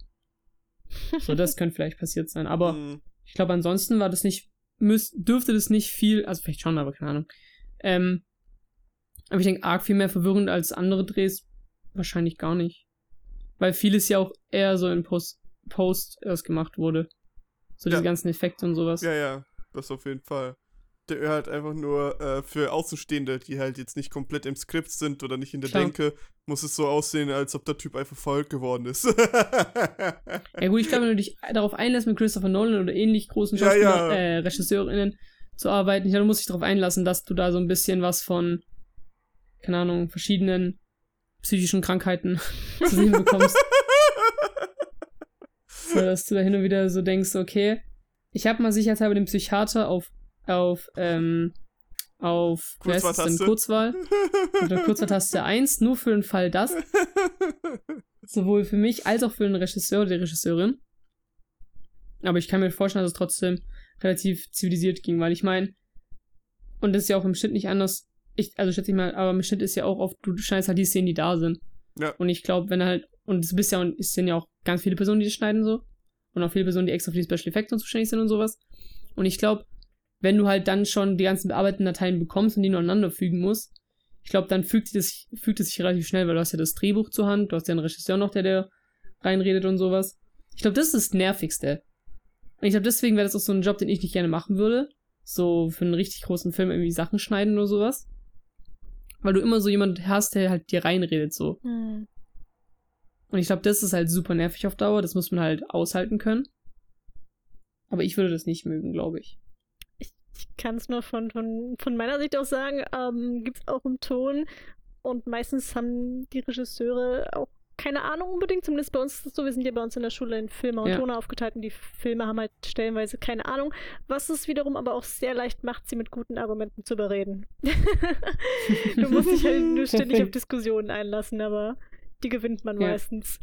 So, das könnte vielleicht passiert sein. Aber Mhm. ich glaube, ansonsten war das nicht, müß, dürfte das nicht viel, also vielleicht schon, aber keine Ahnung. Ähm, aber ich denke, arg viel mehr verwirrend als andere Drehs wahrscheinlich gar nicht. Weil vieles ja auch eher so in Post, Post erst gemacht wurde. So diese Ja. ganzen Effekte und sowas. Ja, ja, das auf jeden Fall. Der wäre halt einfach nur äh, für Außenstehende, die halt jetzt nicht komplett im Skript sind oder nicht in der Klar. Denke, muss es so aussehen, als ob der Typ einfach verrückt geworden ist. Ja gut, ich glaube, wenn du dich darauf einlässt, mit Christopher Nolan oder ähnlich großen Ja, Schauspieler, ja. Äh, RegisseurInnen zu arbeiten, ich glaube, du musst dich darauf einlassen, dass du da so ein bisschen was von, keine Ahnung, verschiedenen psychischen Krankheiten zu sehen bekommst. So, dass du da hin und wieder so denkst, okay, ich habe mal sicherheitshalber den Psychiater auf, auf, ähm, auf, wie heißt es denn, Kurzwahltaste. Kurzwahl, oder Kurzwahltaste eins, nur für den Fall das, sowohl für mich als auch für den Regisseur oder die Regisseurin. Aber ich kann mir vorstellen, dass es trotzdem relativ zivilisiert ging, weil ich meine, und das ist ja auch im Schnitt nicht anders, ich, also schätze ich mal, aber im Schnitt ist ja auch oft, du schneidest halt die Szenen, die da sind. Ja. Und ich glaube, wenn halt, und es bist ja, und es sind ja auch ganz viele Personen, die das schneiden so. Und auch viele Personen, die extra für die Special Effects und zuständig sind und sowas. Und ich glaube, wenn du halt dann schon die ganzen bearbeiteten Dateien bekommst und die nur aneinander fügen musst, ich glaube, dann fügt, sich das, fügt es sich relativ schnell, weil du hast ja das Drehbuch zur Hand, du hast ja einen Regisseur noch, der der reinredet und sowas. Ich glaube, das ist das Nervigste. Und ich glaube, deswegen wäre das auch so ein Job, den ich nicht gerne machen würde. So für einen richtig großen Film irgendwie Sachen schneiden oder sowas. Weil du immer so jemand hast, der halt dir reinredet so. Hm. Und ich glaube, das ist halt super nervig auf Dauer. Das muss man halt aushalten können. Aber ich würde das nicht mögen, glaube ich. Ich kann es nur von, von, von meiner Sicht aus sagen, ähm, gibt es auch im Ton. Und meistens haben die Regisseure auch keine Ahnung unbedingt. Zumindest bei uns ist es so, wir sind ja bei uns in der Schule in Filme und Ja. Tone aufgeteilt und die Filme haben halt stellenweise keine Ahnung. Was es wiederum aber auch sehr leicht macht, sie mit guten Argumenten zu überreden. Du musst dich halt nur ständig auf Diskussionen einlassen, aber die gewinnt man Ja. meistens.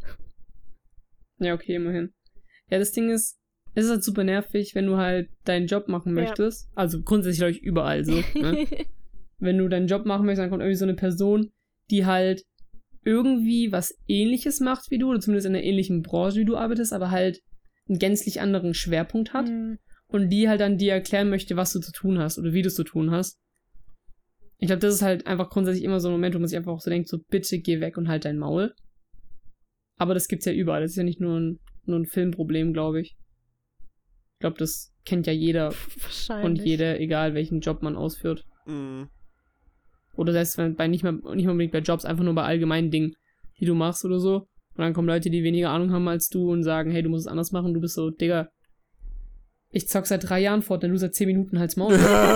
Ja, okay, immerhin. Ja, das Ding ist, es ist halt super nervig, wenn du halt deinen Job machen Ja. möchtest. Also grundsätzlich, glaube ich, überall so. Ne? Wenn du deinen Job machen möchtest, dann kommt irgendwie so eine Person, die halt irgendwie was Ähnliches macht wie du, oder zumindest in einer ähnlichen Branche wie du arbeitest, aber halt einen gänzlich anderen Schwerpunkt hat. Hm. Und die halt dann dir erklären möchte, was du zu tun hast oder wie du es zu tun hast. Ich glaube, das ist halt einfach grundsätzlich immer so ein Moment, wo man sich einfach auch so denkt, so bitte geh weg und halt dein Maul. Aber das gibt's ja überall. Das ist ja nicht nur ein, nur ein Filmproblem, glaube ich. Ich glaube, das kennt ja jeder Wahrscheinlich. und jeder, egal welchen Job man ausführt. Mhm. Oder selbst wenn bei nicht mehr, nicht mehr unbedingt bei Jobs, einfach nur bei allgemeinen Dingen, die du machst oder so. Und dann kommen Leute, die weniger Ahnung haben als du und sagen, hey, du musst es anders machen. Du bist so, Digga, ich zock seit drei Jahren Fortnite, du seit zehn Minuten halt's Maul.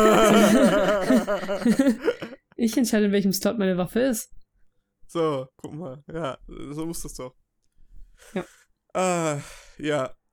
Ich entscheide, in welchem Slot meine Waffe ist. So, guck mal. Ja, so muss das doch. Ja. Ah, ja.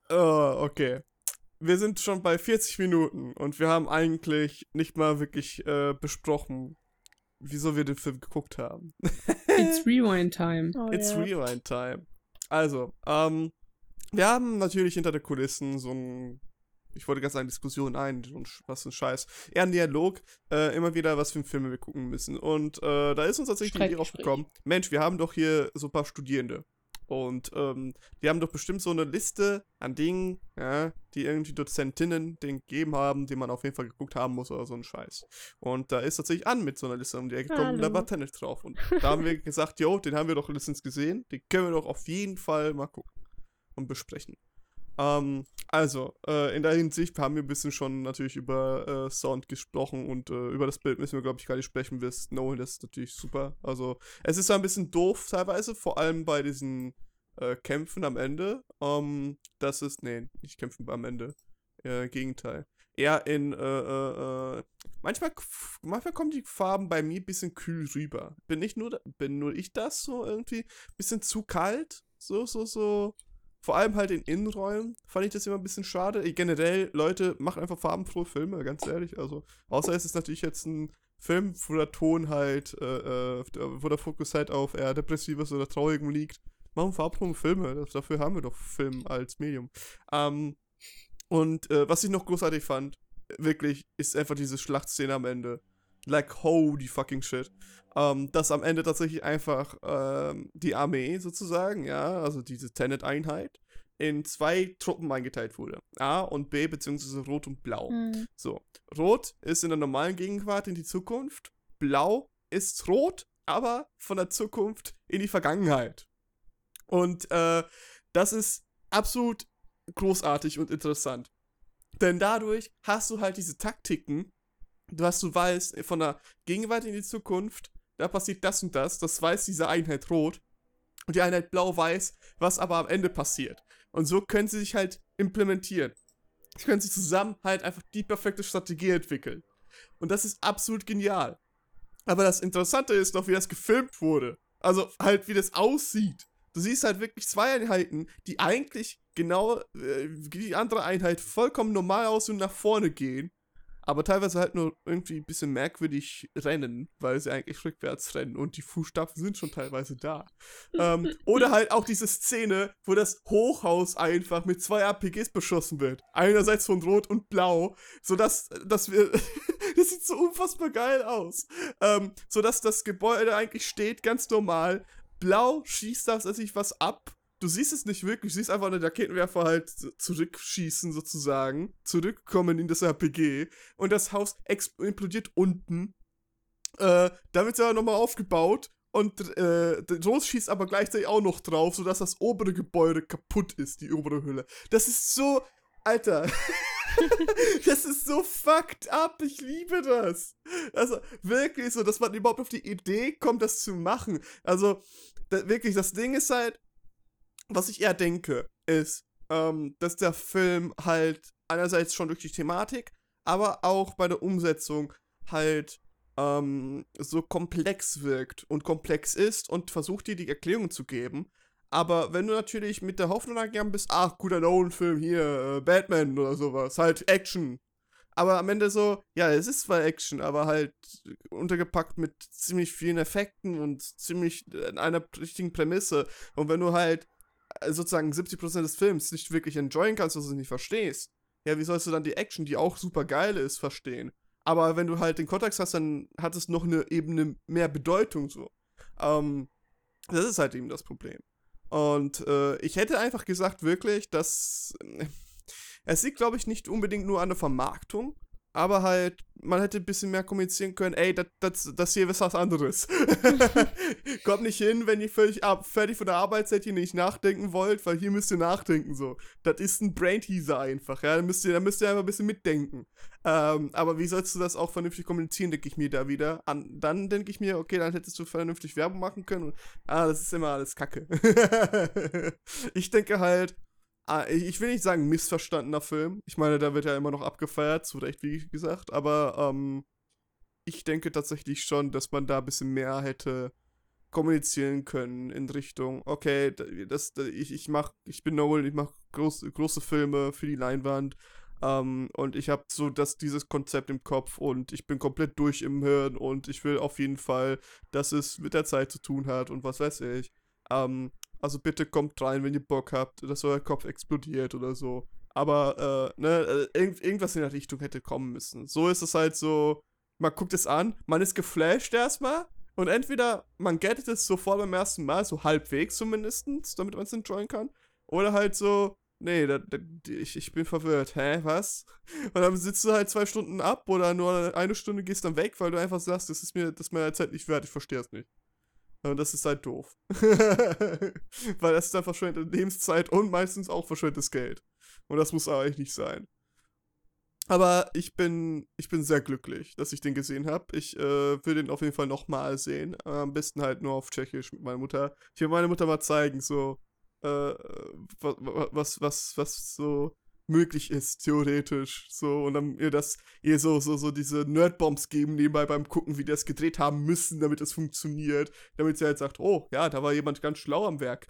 Oh, okay. Wir sind schon bei vierzig Minuten und wir haben eigentlich nicht mal wirklich äh, besprochen, wieso wir den Film geguckt haben. It's Rewind Time. Oh, It's ja. Rewind Time. Also, ähm, wir haben natürlich hinter der Kulissen so ein, ich wollte gerade sagen, Diskussion ein, so ein, was für ein Scheiß, eher ein Dialog, äh, immer wieder, was für Filme wir gucken müssen. Und äh, da ist uns tatsächlich die Idee Streitgespräch. aufgekommen, Mensch, wir haben doch hier so ein paar Studierende. Und ähm, die haben doch bestimmt so eine Liste an Dingen, ja, die irgendwie Dozentinnen denen gegeben haben, die man auf jeden Fall geguckt haben muss oder so ein Scheiß. Und da ist tatsächlich an mit so einer Liste um die Ecke gekommen und da Hallo. war Tenet drauf. Und da haben wir gesagt, jo, den haben wir doch letztens gesehen, den können wir doch auf jeden Fall mal gucken und besprechen. Ähm, also, äh, in der Hinsicht haben wir ein bisschen schon natürlich über äh, Sound gesprochen und äh, über das Bild müssen wir, glaube ich, gar nicht sprechen. Wir Nolan, das ist natürlich super. Also, es ist ein bisschen doof teilweise, vor allem bei diesen äh, Kämpfen am Ende. Ähm, das ist, nee, nicht Kämpfen am Ende. Äh, Gegenteil. Eher in, äh, äh, äh, manchmal, manchmal kommen die Farben bei mir ein bisschen kühl rüber. Bin ich nur, bin nur ich das so irgendwie? Bisschen zu kalt? So, so, so. Vor allem halt in Innenräumen fand ich das immer ein bisschen schade. Generell, Leute, macht einfach farbenfrohe Filme, ganz ehrlich. Also, außer es ist natürlich jetzt ein Film, wo der Ton halt, äh, äh, wo der Fokus halt auf eher depressives oder traurigem liegt. Machen farbenfrohe Filme, das, dafür haben wir doch Film als Medium. Ähm, und äh, was ich noch großartig fand, wirklich, ist einfach diese Schlachtszene am Ende. Like, holy fucking shit. Ähm, dass am Ende tatsächlich einfach ähm, die Armee sozusagen, ja, also diese Tenet-Einheit, in zwei Truppen eingeteilt wurde. A und B, beziehungsweise Rot und Blau. Mhm. So, Rot ist in der normalen Gegenwart in die Zukunft, Blau ist rot, aber von der Zukunft in die Vergangenheit. Und äh, das ist absolut großartig und interessant. Denn dadurch hast du halt diese Taktiken, dass du weißt, von der Gegenwart in die Zukunft, da passiert das und das, das weiß diese Einheit Rot und die Einheit Blau weiß, was aber am Ende passiert. Und so können sie sich halt implementieren. Sie können sich zusammen halt einfach die perfekte Strategie entwickeln. Und das ist absolut genial. Aber das Interessante ist noch, wie das gefilmt wurde. Also halt, wie das aussieht. Du siehst halt wirklich zwei Einheiten, die eigentlich genau äh, wie die andere Einheit vollkommen normal aussehen und nach vorne gehen. Aber teilweise halt nur irgendwie ein bisschen merkwürdig rennen, weil sie eigentlich rückwärts rennen und die Fußstapfen sind schon teilweise da. ähm, oder halt auch diese Szene, wo das Hochhaus einfach mit zwei R P Gs beschossen wird. Einerseits von Rot und Blau, sodass dass wir das sieht so unfassbar geil aus. Ähm, sodass das Gebäude eigentlich steht, ganz normal. Blau schießt das sich was ab. Du siehst es nicht wirklich, du siehst einfach einen Raketenwerfer halt zurückschießen sozusagen, zurückkommen in das R P G und das Haus implodiert unten. Äh, da wird es aber nochmal aufgebaut und äh, Rot schießt aber gleichzeitig auch noch drauf, sodass das obere Gebäude kaputt ist, die obere Hülle. Das ist so, Alter, das ist so fucked up, ich liebe das. Also wirklich so, dass man überhaupt auf die Idee kommt, das zu machen. Also da, wirklich, das Ding ist halt, was ich eher denke, ist, ähm, dass der Film halt einerseits schon durch die Thematik, aber auch bei der Umsetzung halt ähm, so komplex wirkt und komplex ist und versucht dir die Erklärung zu geben. Aber wenn du natürlich mit der Hoffnung angegangen bist, ach, guter Nolan-Film hier, äh, Batman oder sowas, halt Action. Aber am Ende so, ja, es ist zwar Action, aber halt untergepackt mit ziemlich vielen Effekten und ziemlich äh, einer richtigen Prämisse. Und wenn du halt sozusagen siebzig Prozent des Films nicht wirklich enjoyen kannst, dass du es nicht verstehst, ja, wie sollst du dann die Action, die auch super geil ist, verstehen? Aber wenn du halt den Kontext hast, dann hat es noch eine Ebene mehr Bedeutung so. Ähm, das ist halt eben das Problem. Und äh, ich hätte einfach gesagt, wirklich, dass äh, es liegt, glaube ich, nicht unbedingt nur an der Vermarktung, aber halt, man hätte ein bisschen mehr kommunizieren können, ey, das, das, das hier ist was anderes. Kommt nicht hin, wenn ihr völlig ab, fertig von der Arbeit seid, ihr nicht nachdenken wollt, weil hier müsst ihr nachdenken, so. Das ist ein Brain-Teaser einfach, ja, da müsst ihr, da müsst ihr einfach ein bisschen mitdenken. Ähm, aber wie sollst du das auch vernünftig kommunizieren, denke ich mir da wieder. An, dann denke ich mir, okay, dann hättest du vernünftig Werbung machen können und, ah, das ist immer alles Kacke. Ich denke halt, ich will nicht sagen missverstandener Film. Ich meine, da wird ja immer noch abgefeiert, zu Recht, wie gesagt. Aber ähm, ich denke tatsächlich schon, dass man da ein bisschen mehr hätte kommunizieren können in Richtung, okay, das, das ich, ich mach, ich bin Nolan, ich mach groß, große Filme für die Leinwand, ähm, und ich habe so das, dieses Konzept im Kopf und ich bin komplett durch im Hirn und ich will auf jeden Fall, dass es mit der Zeit zu tun hat und was weiß ich. Ähm, also bitte kommt rein, wenn ihr Bock habt, dass euer Kopf explodiert oder so. Aber, äh, ne, irgend, irgendwas in der Richtung hätte kommen müssen. So ist es halt so, man guckt es an, man ist geflasht erstmal und entweder man gettet es sofort beim ersten Mal, so halbwegs zumindest, damit man es enjoyen kann, oder halt so, nee, da, da, ich, ich bin verwirrt, hä, was? Und dann sitzt du halt zwei Stunden ab oder nur eine Stunde gehst dann weg, weil du einfach sagst, das ist mir, das ist meiner Zeit nicht wert, ich verstehe es nicht. Und das ist halt doof. Weil das ist dann verschwendete Lebenszeit und meistens auch verschwendetes Geld. Und das muss eigentlich nicht sein. Aber ich bin, ich bin sehr glücklich, dass ich den gesehen habe. Ich äh, will den auf jeden Fall nochmal sehen. Äh, am besten halt nur auf Tschechisch mit meiner Mutter. Ich will meiner Mutter mal zeigen, so, äh, was, was, was so möglich ist, theoretisch. So, und dann ihr das, ihr so, so, so diese Nerdbombs geben nebenbei beim Gucken, wie die das gedreht haben müssen, damit es funktioniert. Damit sie halt sagt, oh, ja, da war jemand ganz schlau am Werk.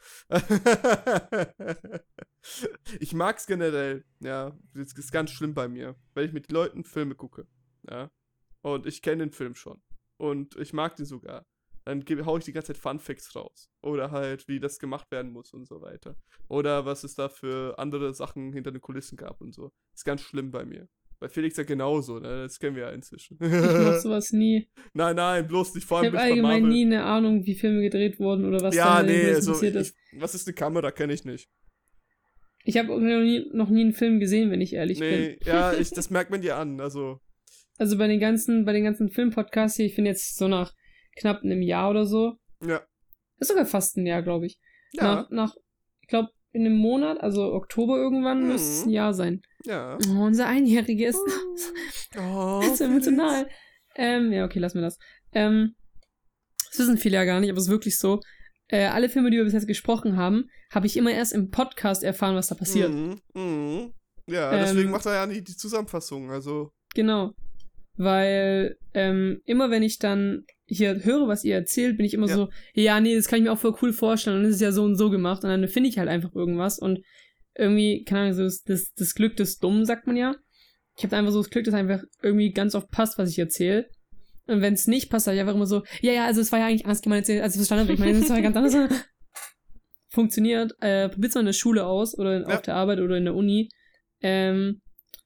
Ich mag's generell, ja. Das ist ganz schlimm bei mir, weil ich mit Leuten Filme gucke, ja. Und ich kenne den Film schon. Und ich mag den sogar. Dann hau ich die ganze Zeit Funfacts raus. Oder halt, wie das gemacht werden muss und so weiter. Oder was es da für andere Sachen hinter den Kulissen gab und so. Das ist ganz schlimm bei mir. Bei Felix ja genauso, ne? Das kennen wir ja inzwischen. Ich mach sowas nie. Nein, nein, bloß nicht. Vor Ich allem habe nicht von allgemein Marvel. nie eine Ahnung, wie Filme gedreht wurden oder was Ja, da nee, also passiert ist. ich, was ist eine Kamera, kenne ich nicht. Ich habe noch nie, noch nie einen Film gesehen, wenn ich ehrlich Nee, bin. ja, ich, das merkt man dir an, also. Also bei den ganzen, bei den ganzen Filmpodcasts hier, ich finde jetzt so nach knapp einem Jahr oder so, Ja. ist sogar fast ein Jahr, glaube ich. Ja. Nach, nach, ich glaube, in einem Monat, also Oktober irgendwann, Mhm. müsste es ein Jahr sein. Ja. Oh, unser Einjähriges ist Oh, so emotional. Ähm, ja, okay, lassen wir das. Ähm, das wissen viele ja gar nicht, aber es ist wirklich so. Äh, alle Filme, die wir bis jetzt gesprochen haben, habe ich immer erst im Podcast erfahren, was da passiert. Mhm. Mhm. Ja, Ähm, deswegen macht er ja nicht die Zusammenfassung, also. Genau. Weil ähm, immer wenn ich dann hier höre, was ihr erzählt, bin ich immer Ja. so, ja, nee, das kann ich mir auch voll cool vorstellen und das ist ja so und so gemacht und dann finde ich halt einfach irgendwas und irgendwie, keine Ahnung, so das, das, das Glück des Dummen, sagt man ja. Ich habe einfach so das Glück, dass einfach irgendwie ganz oft passt, was ich erzähle. Und wenn es nicht passt, sage ich einfach immer so, ja, ja, also es war ja eigentlich anders gemeint, als ich verstanden habe. Ich meine, das ist ja ganz anders. Funktioniert. Äh, probiert's mal in der Schule aus oder in, Ja. auf der Arbeit oder in der Uni. Ähm,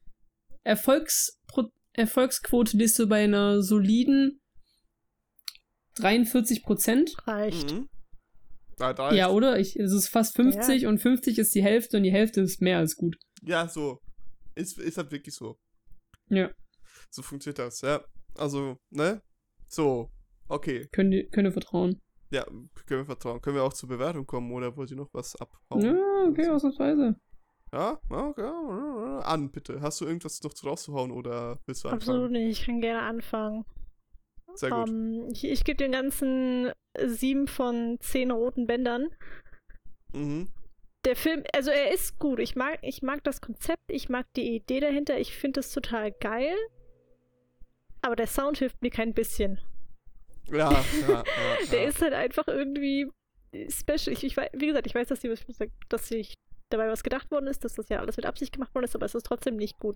Erfolgspro Erfolgsquote liegst du bei einer soliden dreiundvierzig Prozent. Reicht. Mhm. Da, da Ja, ist- oder? Ich, es ist fast fünfzig Ja. und fünfzig ist die Hälfte und die Hälfte ist mehr als gut. Ja, so. Ist, ist halt wirklich so. Ja. So funktioniert das, ja. Also, ne? So. Okay. Könnt ihr, könnt ihr vertrauen. Ja, können wir vertrauen. Können wir auch zur Bewertung kommen oder wollt ihr noch was abhauen? Ja, okay, ausnahmsweise. Ja? Ja, okay. An, bitte. Hast du irgendwas noch rauszuhauen oder willst du anfangen? Absolut nicht. Ich kann gerne anfangen. Sehr gut. Ähm, ich ich gebe den ganzen sieben von zehn roten Bändern. Mhm. Der Film, also er ist gut. Ich mag, ich mag das Konzept, ich mag die Idee dahinter. Ich finde es total geil. Aber der Sound hilft mir kein bisschen. Ja, ja, ja. Der ja. ist halt einfach irgendwie special. Ich, ich, wei- wie gesagt, ich weiß, dass, die, dass sich dabei was gedacht worden ist, dass das ja alles mit Absicht gemacht worden ist, aber es ist trotzdem nicht gut.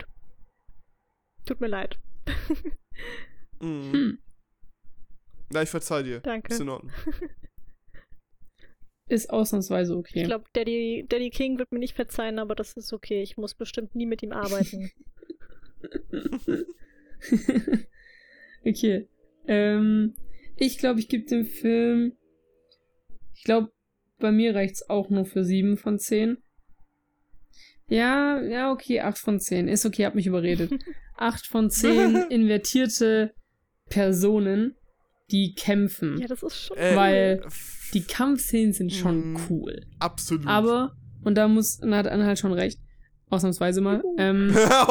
Tut mir leid. Mhm. Hm. Na, ich verzeih dir. Danke. Ist in Ordnung. Ist ausnahmsweise okay. Ich glaube, Daddy, Daddy King wird mir nicht verzeihen, aber das ist okay. Ich muss bestimmt nie mit ihm arbeiten. Okay. Ähm, ich glaube, ich gebe dem Film. Ich glaube, bei mir reicht's auch nur für sieben von zehn. Ja, ja, okay, acht von zehn. Ist okay, hab mich überredet. acht von zehn invertierte Personen, die kämpfen. Ja, das ist schon Äh, Weil f- die Kampfszenen sind schon Mm. cool. Absolut. Aber, und da muss, da hat Anna halt schon recht, ausnahmsweise mal, ähm,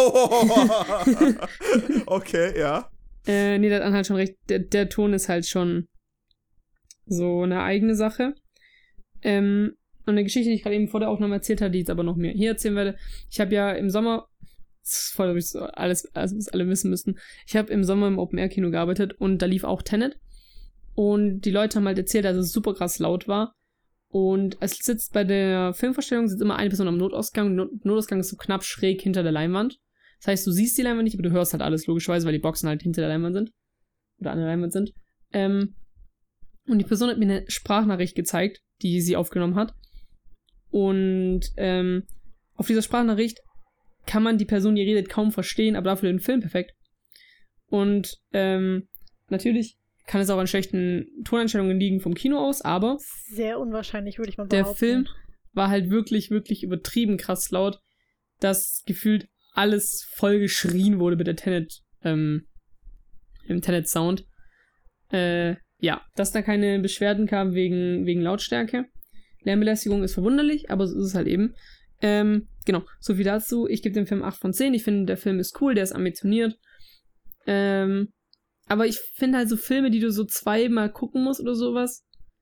Okay, ja. Äh, nee, der hat Anna halt schon recht. Der, der Ton ist halt schon so eine eigene Sache. Ähm, und eine Geschichte, die ich gerade eben vor der Aufnahme erzählt habe, die jetzt aber noch mehr hier erzählen werde. Ich habe ja im Sommer, das ist voll, ob ich so alles, also was alle wissen müssten, ich habe im Sommer im Open-Air-Kino gearbeitet und da lief auch Tenet. Und die Leute haben halt erzählt, dass es super krass laut war. Und es sitzt bei der Filmvorstellung sitzt immer eine Person am Notausgang. Der Not- Notausgang ist so knapp schräg hinter der Leinwand. Das heißt, du siehst die Leinwand nicht, aber du hörst halt alles, logischerweise, weil die Boxen halt hinter der Leinwand sind. Oder an der Leinwand sind. Ähm, und die Person hat mir eine Sprachnachricht gezeigt, die sie aufgenommen hat. Und ähm, auf dieser Sprachnachricht kann man die Person, die redet, kaum verstehen, aber dafür den Film perfekt. Und ähm, natürlich kann es auch an schlechten Toneinstellungen liegen vom Kino aus, aber Sehr unwahrscheinlich, würde ich mal der behaupten. Film war halt wirklich, wirklich übertrieben krass laut, dass gefühlt alles voll geschrien wurde mit der Tenet, ähm, im Tenet-Sound. Äh, ja, dass da keine Beschwerden kamen wegen, wegen Lautstärke. Lärmbelästigung ist verwunderlich, aber so ist es halt eben. Ähm, genau, so viel dazu. Ich gebe dem Film acht von zehn. Ich finde, der Film ist cool, der ist ambitioniert. Ähm, aber ich finde halt so Filme, die du so zweimal gucken musst oder sowas,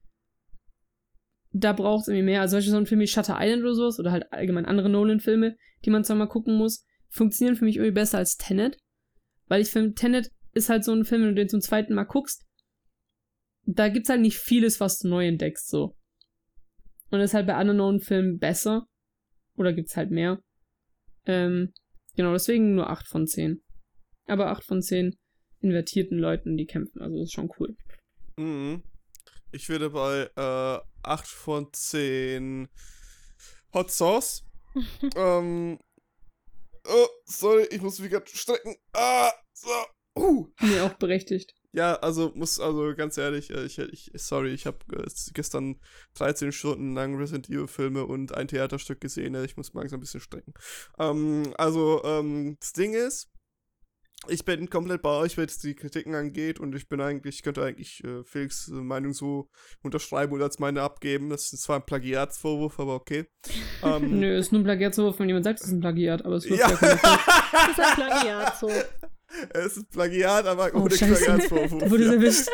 da braucht es irgendwie mehr. Also zum Beispiel so ein Film wie Shutter Island oder sowas, oder halt allgemein andere Nolan-Filme, die man zweimal gucken muss, funktionieren für mich irgendwie besser als Tenet. Weil ich finde, Tenet ist halt so ein Film, wenn du den zum zweiten Mal guckst, da gibt's halt nicht vieles, was du neu entdeckst, so. Und das ist halt bei anderen Nolan-Filmen besser. Oder gibt's halt mehr. Ähm, genau, deswegen nur acht von zehn. Aber acht von zehn invertierten Leuten, die kämpfen. Also das ist schon cool. Mhm. Ich würde bei äh, acht von zehn Hot Sauce. ähm, oh, sorry, ich muss mich gerade strecken. Ah, so. Uh. Mir auch berechtigt. Ja, also muss, also ganz ehrlich, äh, ich, ich sorry, ich habe äh, gestern dreizehn Stunden lang Resident Evil Filme und ein Theaterstück gesehen, ich muss langsam ein bisschen strecken. Ähm, also, ähm, das Ding ist, ich bin komplett bei euch, wenn es die Kritiken angeht, und ich bin eigentlich, ich könnte eigentlich äh, Felix' Meinung so unterschreiben oder als meine abgeben. Das ist zwar ein Plagiatsvorwurf, aber okay. Ähm, Nö, ist nur ein Plagiatsvorwurf, wenn jemand sagt, es ist ein Plagiat, aber es wird ja. ja keiner. Das ist ein Plagiat, so. Es ist Plagiat, aber Oh, ohne Scheiße. Plagiatsvorwurf. Da wurde ja. erwischt.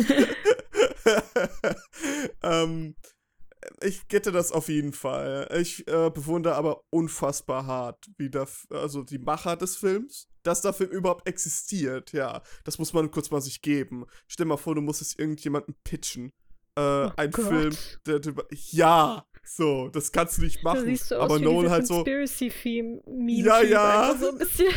ähm, ich gette das auf jeden Fall. Ich äh, bewundere aber unfassbar hart, wie der, F- also die Macher des Films, dass der Film überhaupt existiert, ja. Das muss man kurz mal sich geben. Stell mal vor, du musst es irgendjemandem pitchen. Äh, Oh ein Gott. Film, der, der ja, so, das kannst du nicht Da machen. siehst du aus aber wie Nolan dieser halt so, Conspiracy-Meme. Ja, ja. Einfach so ein bisschen.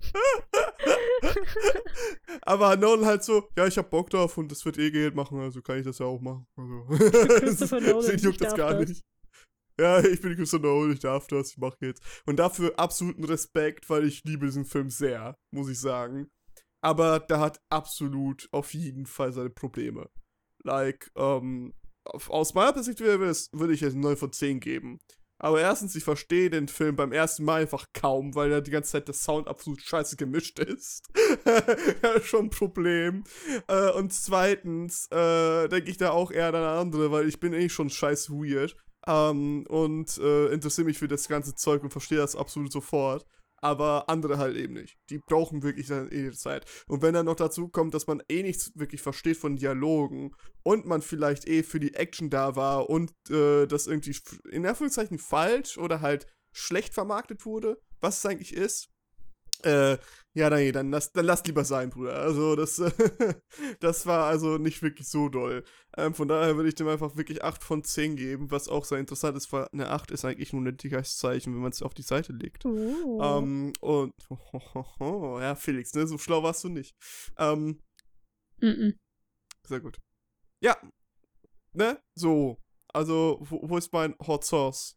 aber Nolan halt so, ja, ich hab Bock drauf und das wird eh Geld machen, also kann ich das ja auch machen. Also, Christopher Nolan, den juckt ich das darf gar das. nicht. Ja, ich bin Christopher Nolan, ich darf das, ich mach jetzt. Und dafür absoluten Respekt, weil ich liebe diesen Film sehr, muss ich sagen. Aber der hat absolut auf jeden Fall seine Probleme. Like, ähm, auf, aus meiner Perspektive würde es- würde ich jetzt neun von zehn geben. Aber erstens, ich verstehe den Film beim ersten Mal einfach kaum, weil da die ganze Zeit der Sound absolut scheiße gemischt ist. Ja, schon ein Problem. Äh, und zweitens, äh, denke ich da auch eher an andere, weil ich bin eh schon scheiße weird. Ähm, und äh, interessiere mich für das ganze Zeug und verstehe das absolut sofort. Aber andere halt eben nicht. Die brauchen wirklich dann eh die Zeit. Und wenn dann noch dazu kommt, dass man eh nichts wirklich versteht von Dialogen und man vielleicht eh für die Action da war und äh, das irgendwie f- in Anführungszeichen falsch oder halt schlecht vermarktet wurde, was es eigentlich ist, äh, ja, nee, dann lass, dann lass lieber sein, Bruder. Also, das, das war also nicht wirklich so doll. Ähm, von daher würde ich dem einfach wirklich acht von zehn geben, was auch sehr interessant ist, weil eine acht ist eigentlich nur ein Dickheitszeichen, wenn man es auf die Seite legt. Uh. Ähm, und, ja, Felix, ne, so schlau warst du nicht. Ähm, Mhm. sehr gut. Ja, ne, so. Also, wo, wo ist mein Hot Sauce?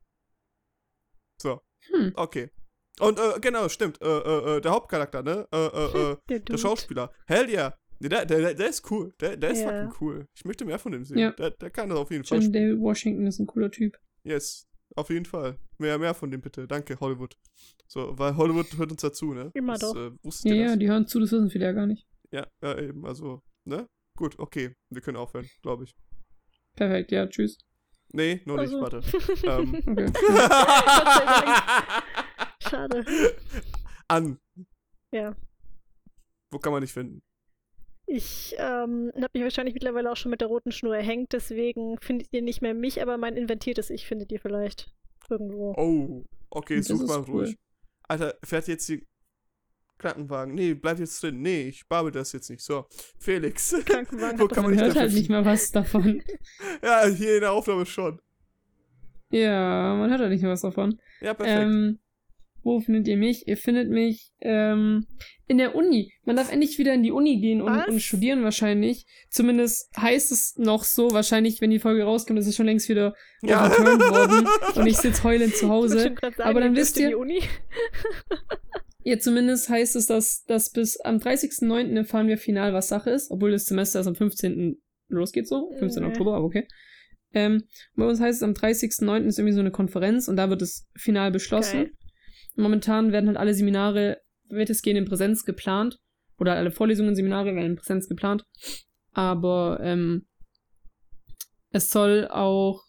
So, Hm. okay. Und, äh, genau, stimmt, äh, äh, äh, der Hauptcharakter, ne, äh, äh, äh, Der der Dude. Schauspieler. Hell yeah. Nee, der, der, der ist cool. Der, der ist Ja. fucking cool. Ich möchte mehr von dem sehen. Ja. Der, der kann das auf jeden Fall John spielen. David Washington ist ein cooler Typ. Yes, auf jeden Fall. Mehr, mehr von dem bitte. Danke, Hollywood. So, weil Hollywood hört uns dazu, ne? Immer das, doch. Äh, wusstet Ja, ihr ja, das? die hören zu, das wissen viele ja gar nicht. Ja, ja, eben, also, ne? Gut, okay. Wir können aufhören, glaube ich. Perfekt, ja, tschüss. Nee, noch nicht, Also. warte. ähm. Okay. Gott sei Dank. Schade. An. Ja. Wo kann man dich finden? Ich ähm, habe mich wahrscheinlich mittlerweile auch schon mit der roten Schnur erhängt, deswegen findet ihr nicht mehr mich, aber mein inventiertes Ich findet ihr vielleicht irgendwo. Oh, okay, Das such ist mal cool. ruhig. Alter, fährt jetzt die Krankenwagen. Nee, bleib jetzt drin. Nee, ich babbel das jetzt nicht. So, Felix. Krankenwagen Wo hat kann doch man Man nicht hört dafür halt nicht mehr was davon. Ja, hier in der Aufnahme schon. Ja, man hört halt nicht mehr was davon. Ja, perfekt. Ähm, wo findet ihr mich? Ihr findet mich ähm, in der Uni. Man darf endlich wieder in die Uni gehen und, Was? und studieren wahrscheinlich. Zumindest heißt es noch so. Wahrscheinlich, wenn die Folge rauskommt, ist es schon längst wieder Ja. overturned worden. Und ich sitze heulend zu Ich wollte Hause. schon grad sagen, Aber dann ihr wisst dürft in ihr- die Uni. Ja, zumindest heißt es, dass, dass bis am dreißigsten neunten erfahren wir final, was Sache ist. Obwohl das Semester erst am fünfzehnten losgeht so. fünfzehnten Nee. Oktober, aber okay. Ähm, bei uns heißt es, am dreißigsten neunten ist irgendwie so eine Konferenz und da wird es final beschlossen. Geil. Momentan werden halt alle Seminare weitestgehend in Präsenz geplant. Oder alle Vorlesungen, Seminare werden in Präsenz geplant. Aber ähm, es soll auch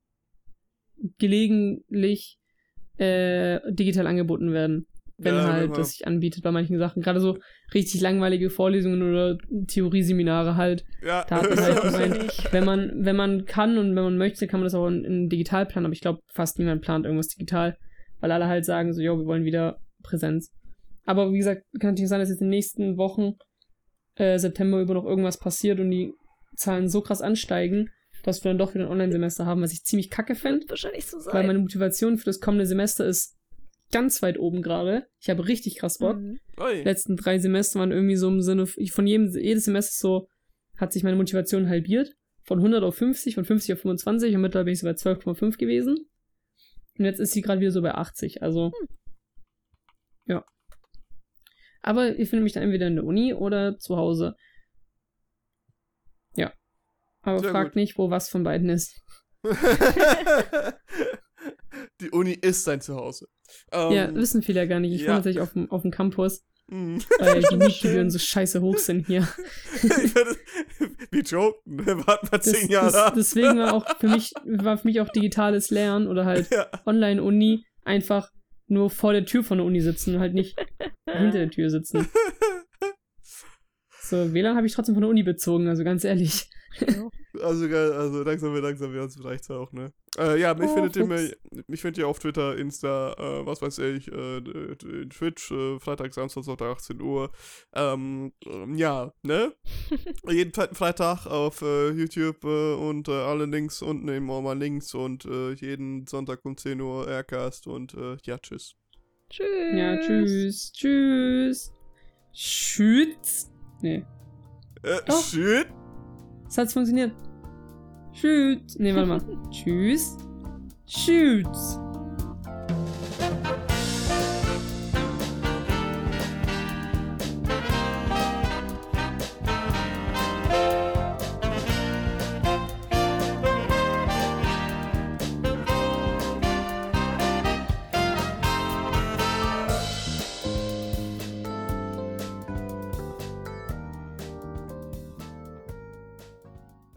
gelegentlich äh, digital angeboten werden. Wenn Ja, halt genau. das sich anbietet bei manchen Sachen. Gerade so richtig langweilige Vorlesungen oder Theorieseminare halt. Ja. Da hat man halt Sowas gemeint, nicht. wenn man, wenn man kann und wenn man möchte, kann man das auch in, in digital planen, aber ich glaube, fast niemand plant irgendwas digital, weil alle halt sagen so, jo, wir wollen wieder Präsenz. Aber wie gesagt, kann natürlich sein, dass jetzt in den nächsten Wochen, äh, September über noch irgendwas passiert und die Zahlen so krass ansteigen, dass wir dann doch wieder ein Online-Semester haben, was ich ziemlich kacke fände, Wird wahrscheinlich so sein. weil meine Motivation für das kommende Semester ist ganz weit oben gerade. Ich habe richtig krass Bock. Mhm. Ui. Die letzten drei Semester waren irgendwie so im Sinne, ich von jedem, jedes Semester so, hat sich meine Motivation halbiert. Von hundert auf fünfzig, von fünfzig auf fünfundzwanzig und mittlerweile bin ich so bei zwölf Komma fünf gewesen. Und jetzt ist sie gerade wieder so bei achtzig, also, ja. Aber ihr findet mich dann entweder in der Uni oder zu Hause. Ja. Aber Sehr fragt gut. nicht, wo was von beiden ist. Die Uni ist dein Zuhause. Ähm, ja, wissen viele ja gar nicht. Ich ja. wohne tatsächlich auf dem, auf dem Campus, mh. weil die Schön. Mietgebühren so scheiße hoch sind hier. Wir joken, wir warten mal Das, zehn Jahre das, ab. deswegen war auch für mich, war für mich auch digitales Lernen oder halt Ja. Online-Uni einfach nur vor der Tür von der Uni sitzen und halt nicht hinter der Tür sitzen. So, W L A N habe ich trotzdem von der Uni bezogen, also ganz ehrlich. Also, geil, also langsam wird langsam, wir uns reicht's auch, ne? Äh, ja, mich Oh, findet ihr Fuchs. mir, mich findet ihr auf Twitter, Insta, äh, was weiß ich, äh, d- d- Twitch, äh, Freitag, Samstag, Sonntag, achtzehn Uhr. Ähm, ähm, ja, ne? Jeden zweiten Freitag auf äh, YouTube äh, und äh, alle Links unten im auch mal Links und äh, jeden Sonntag um zehn Uhr Aircast und äh, ja, tschüss. Tschüss. Ja, tschüss. Tschüss. Tschüss. Nee, Äh, Doch. shit. es hat funktioniert. Tschüss. Nee, warte mal. Tschüss. Tschüss.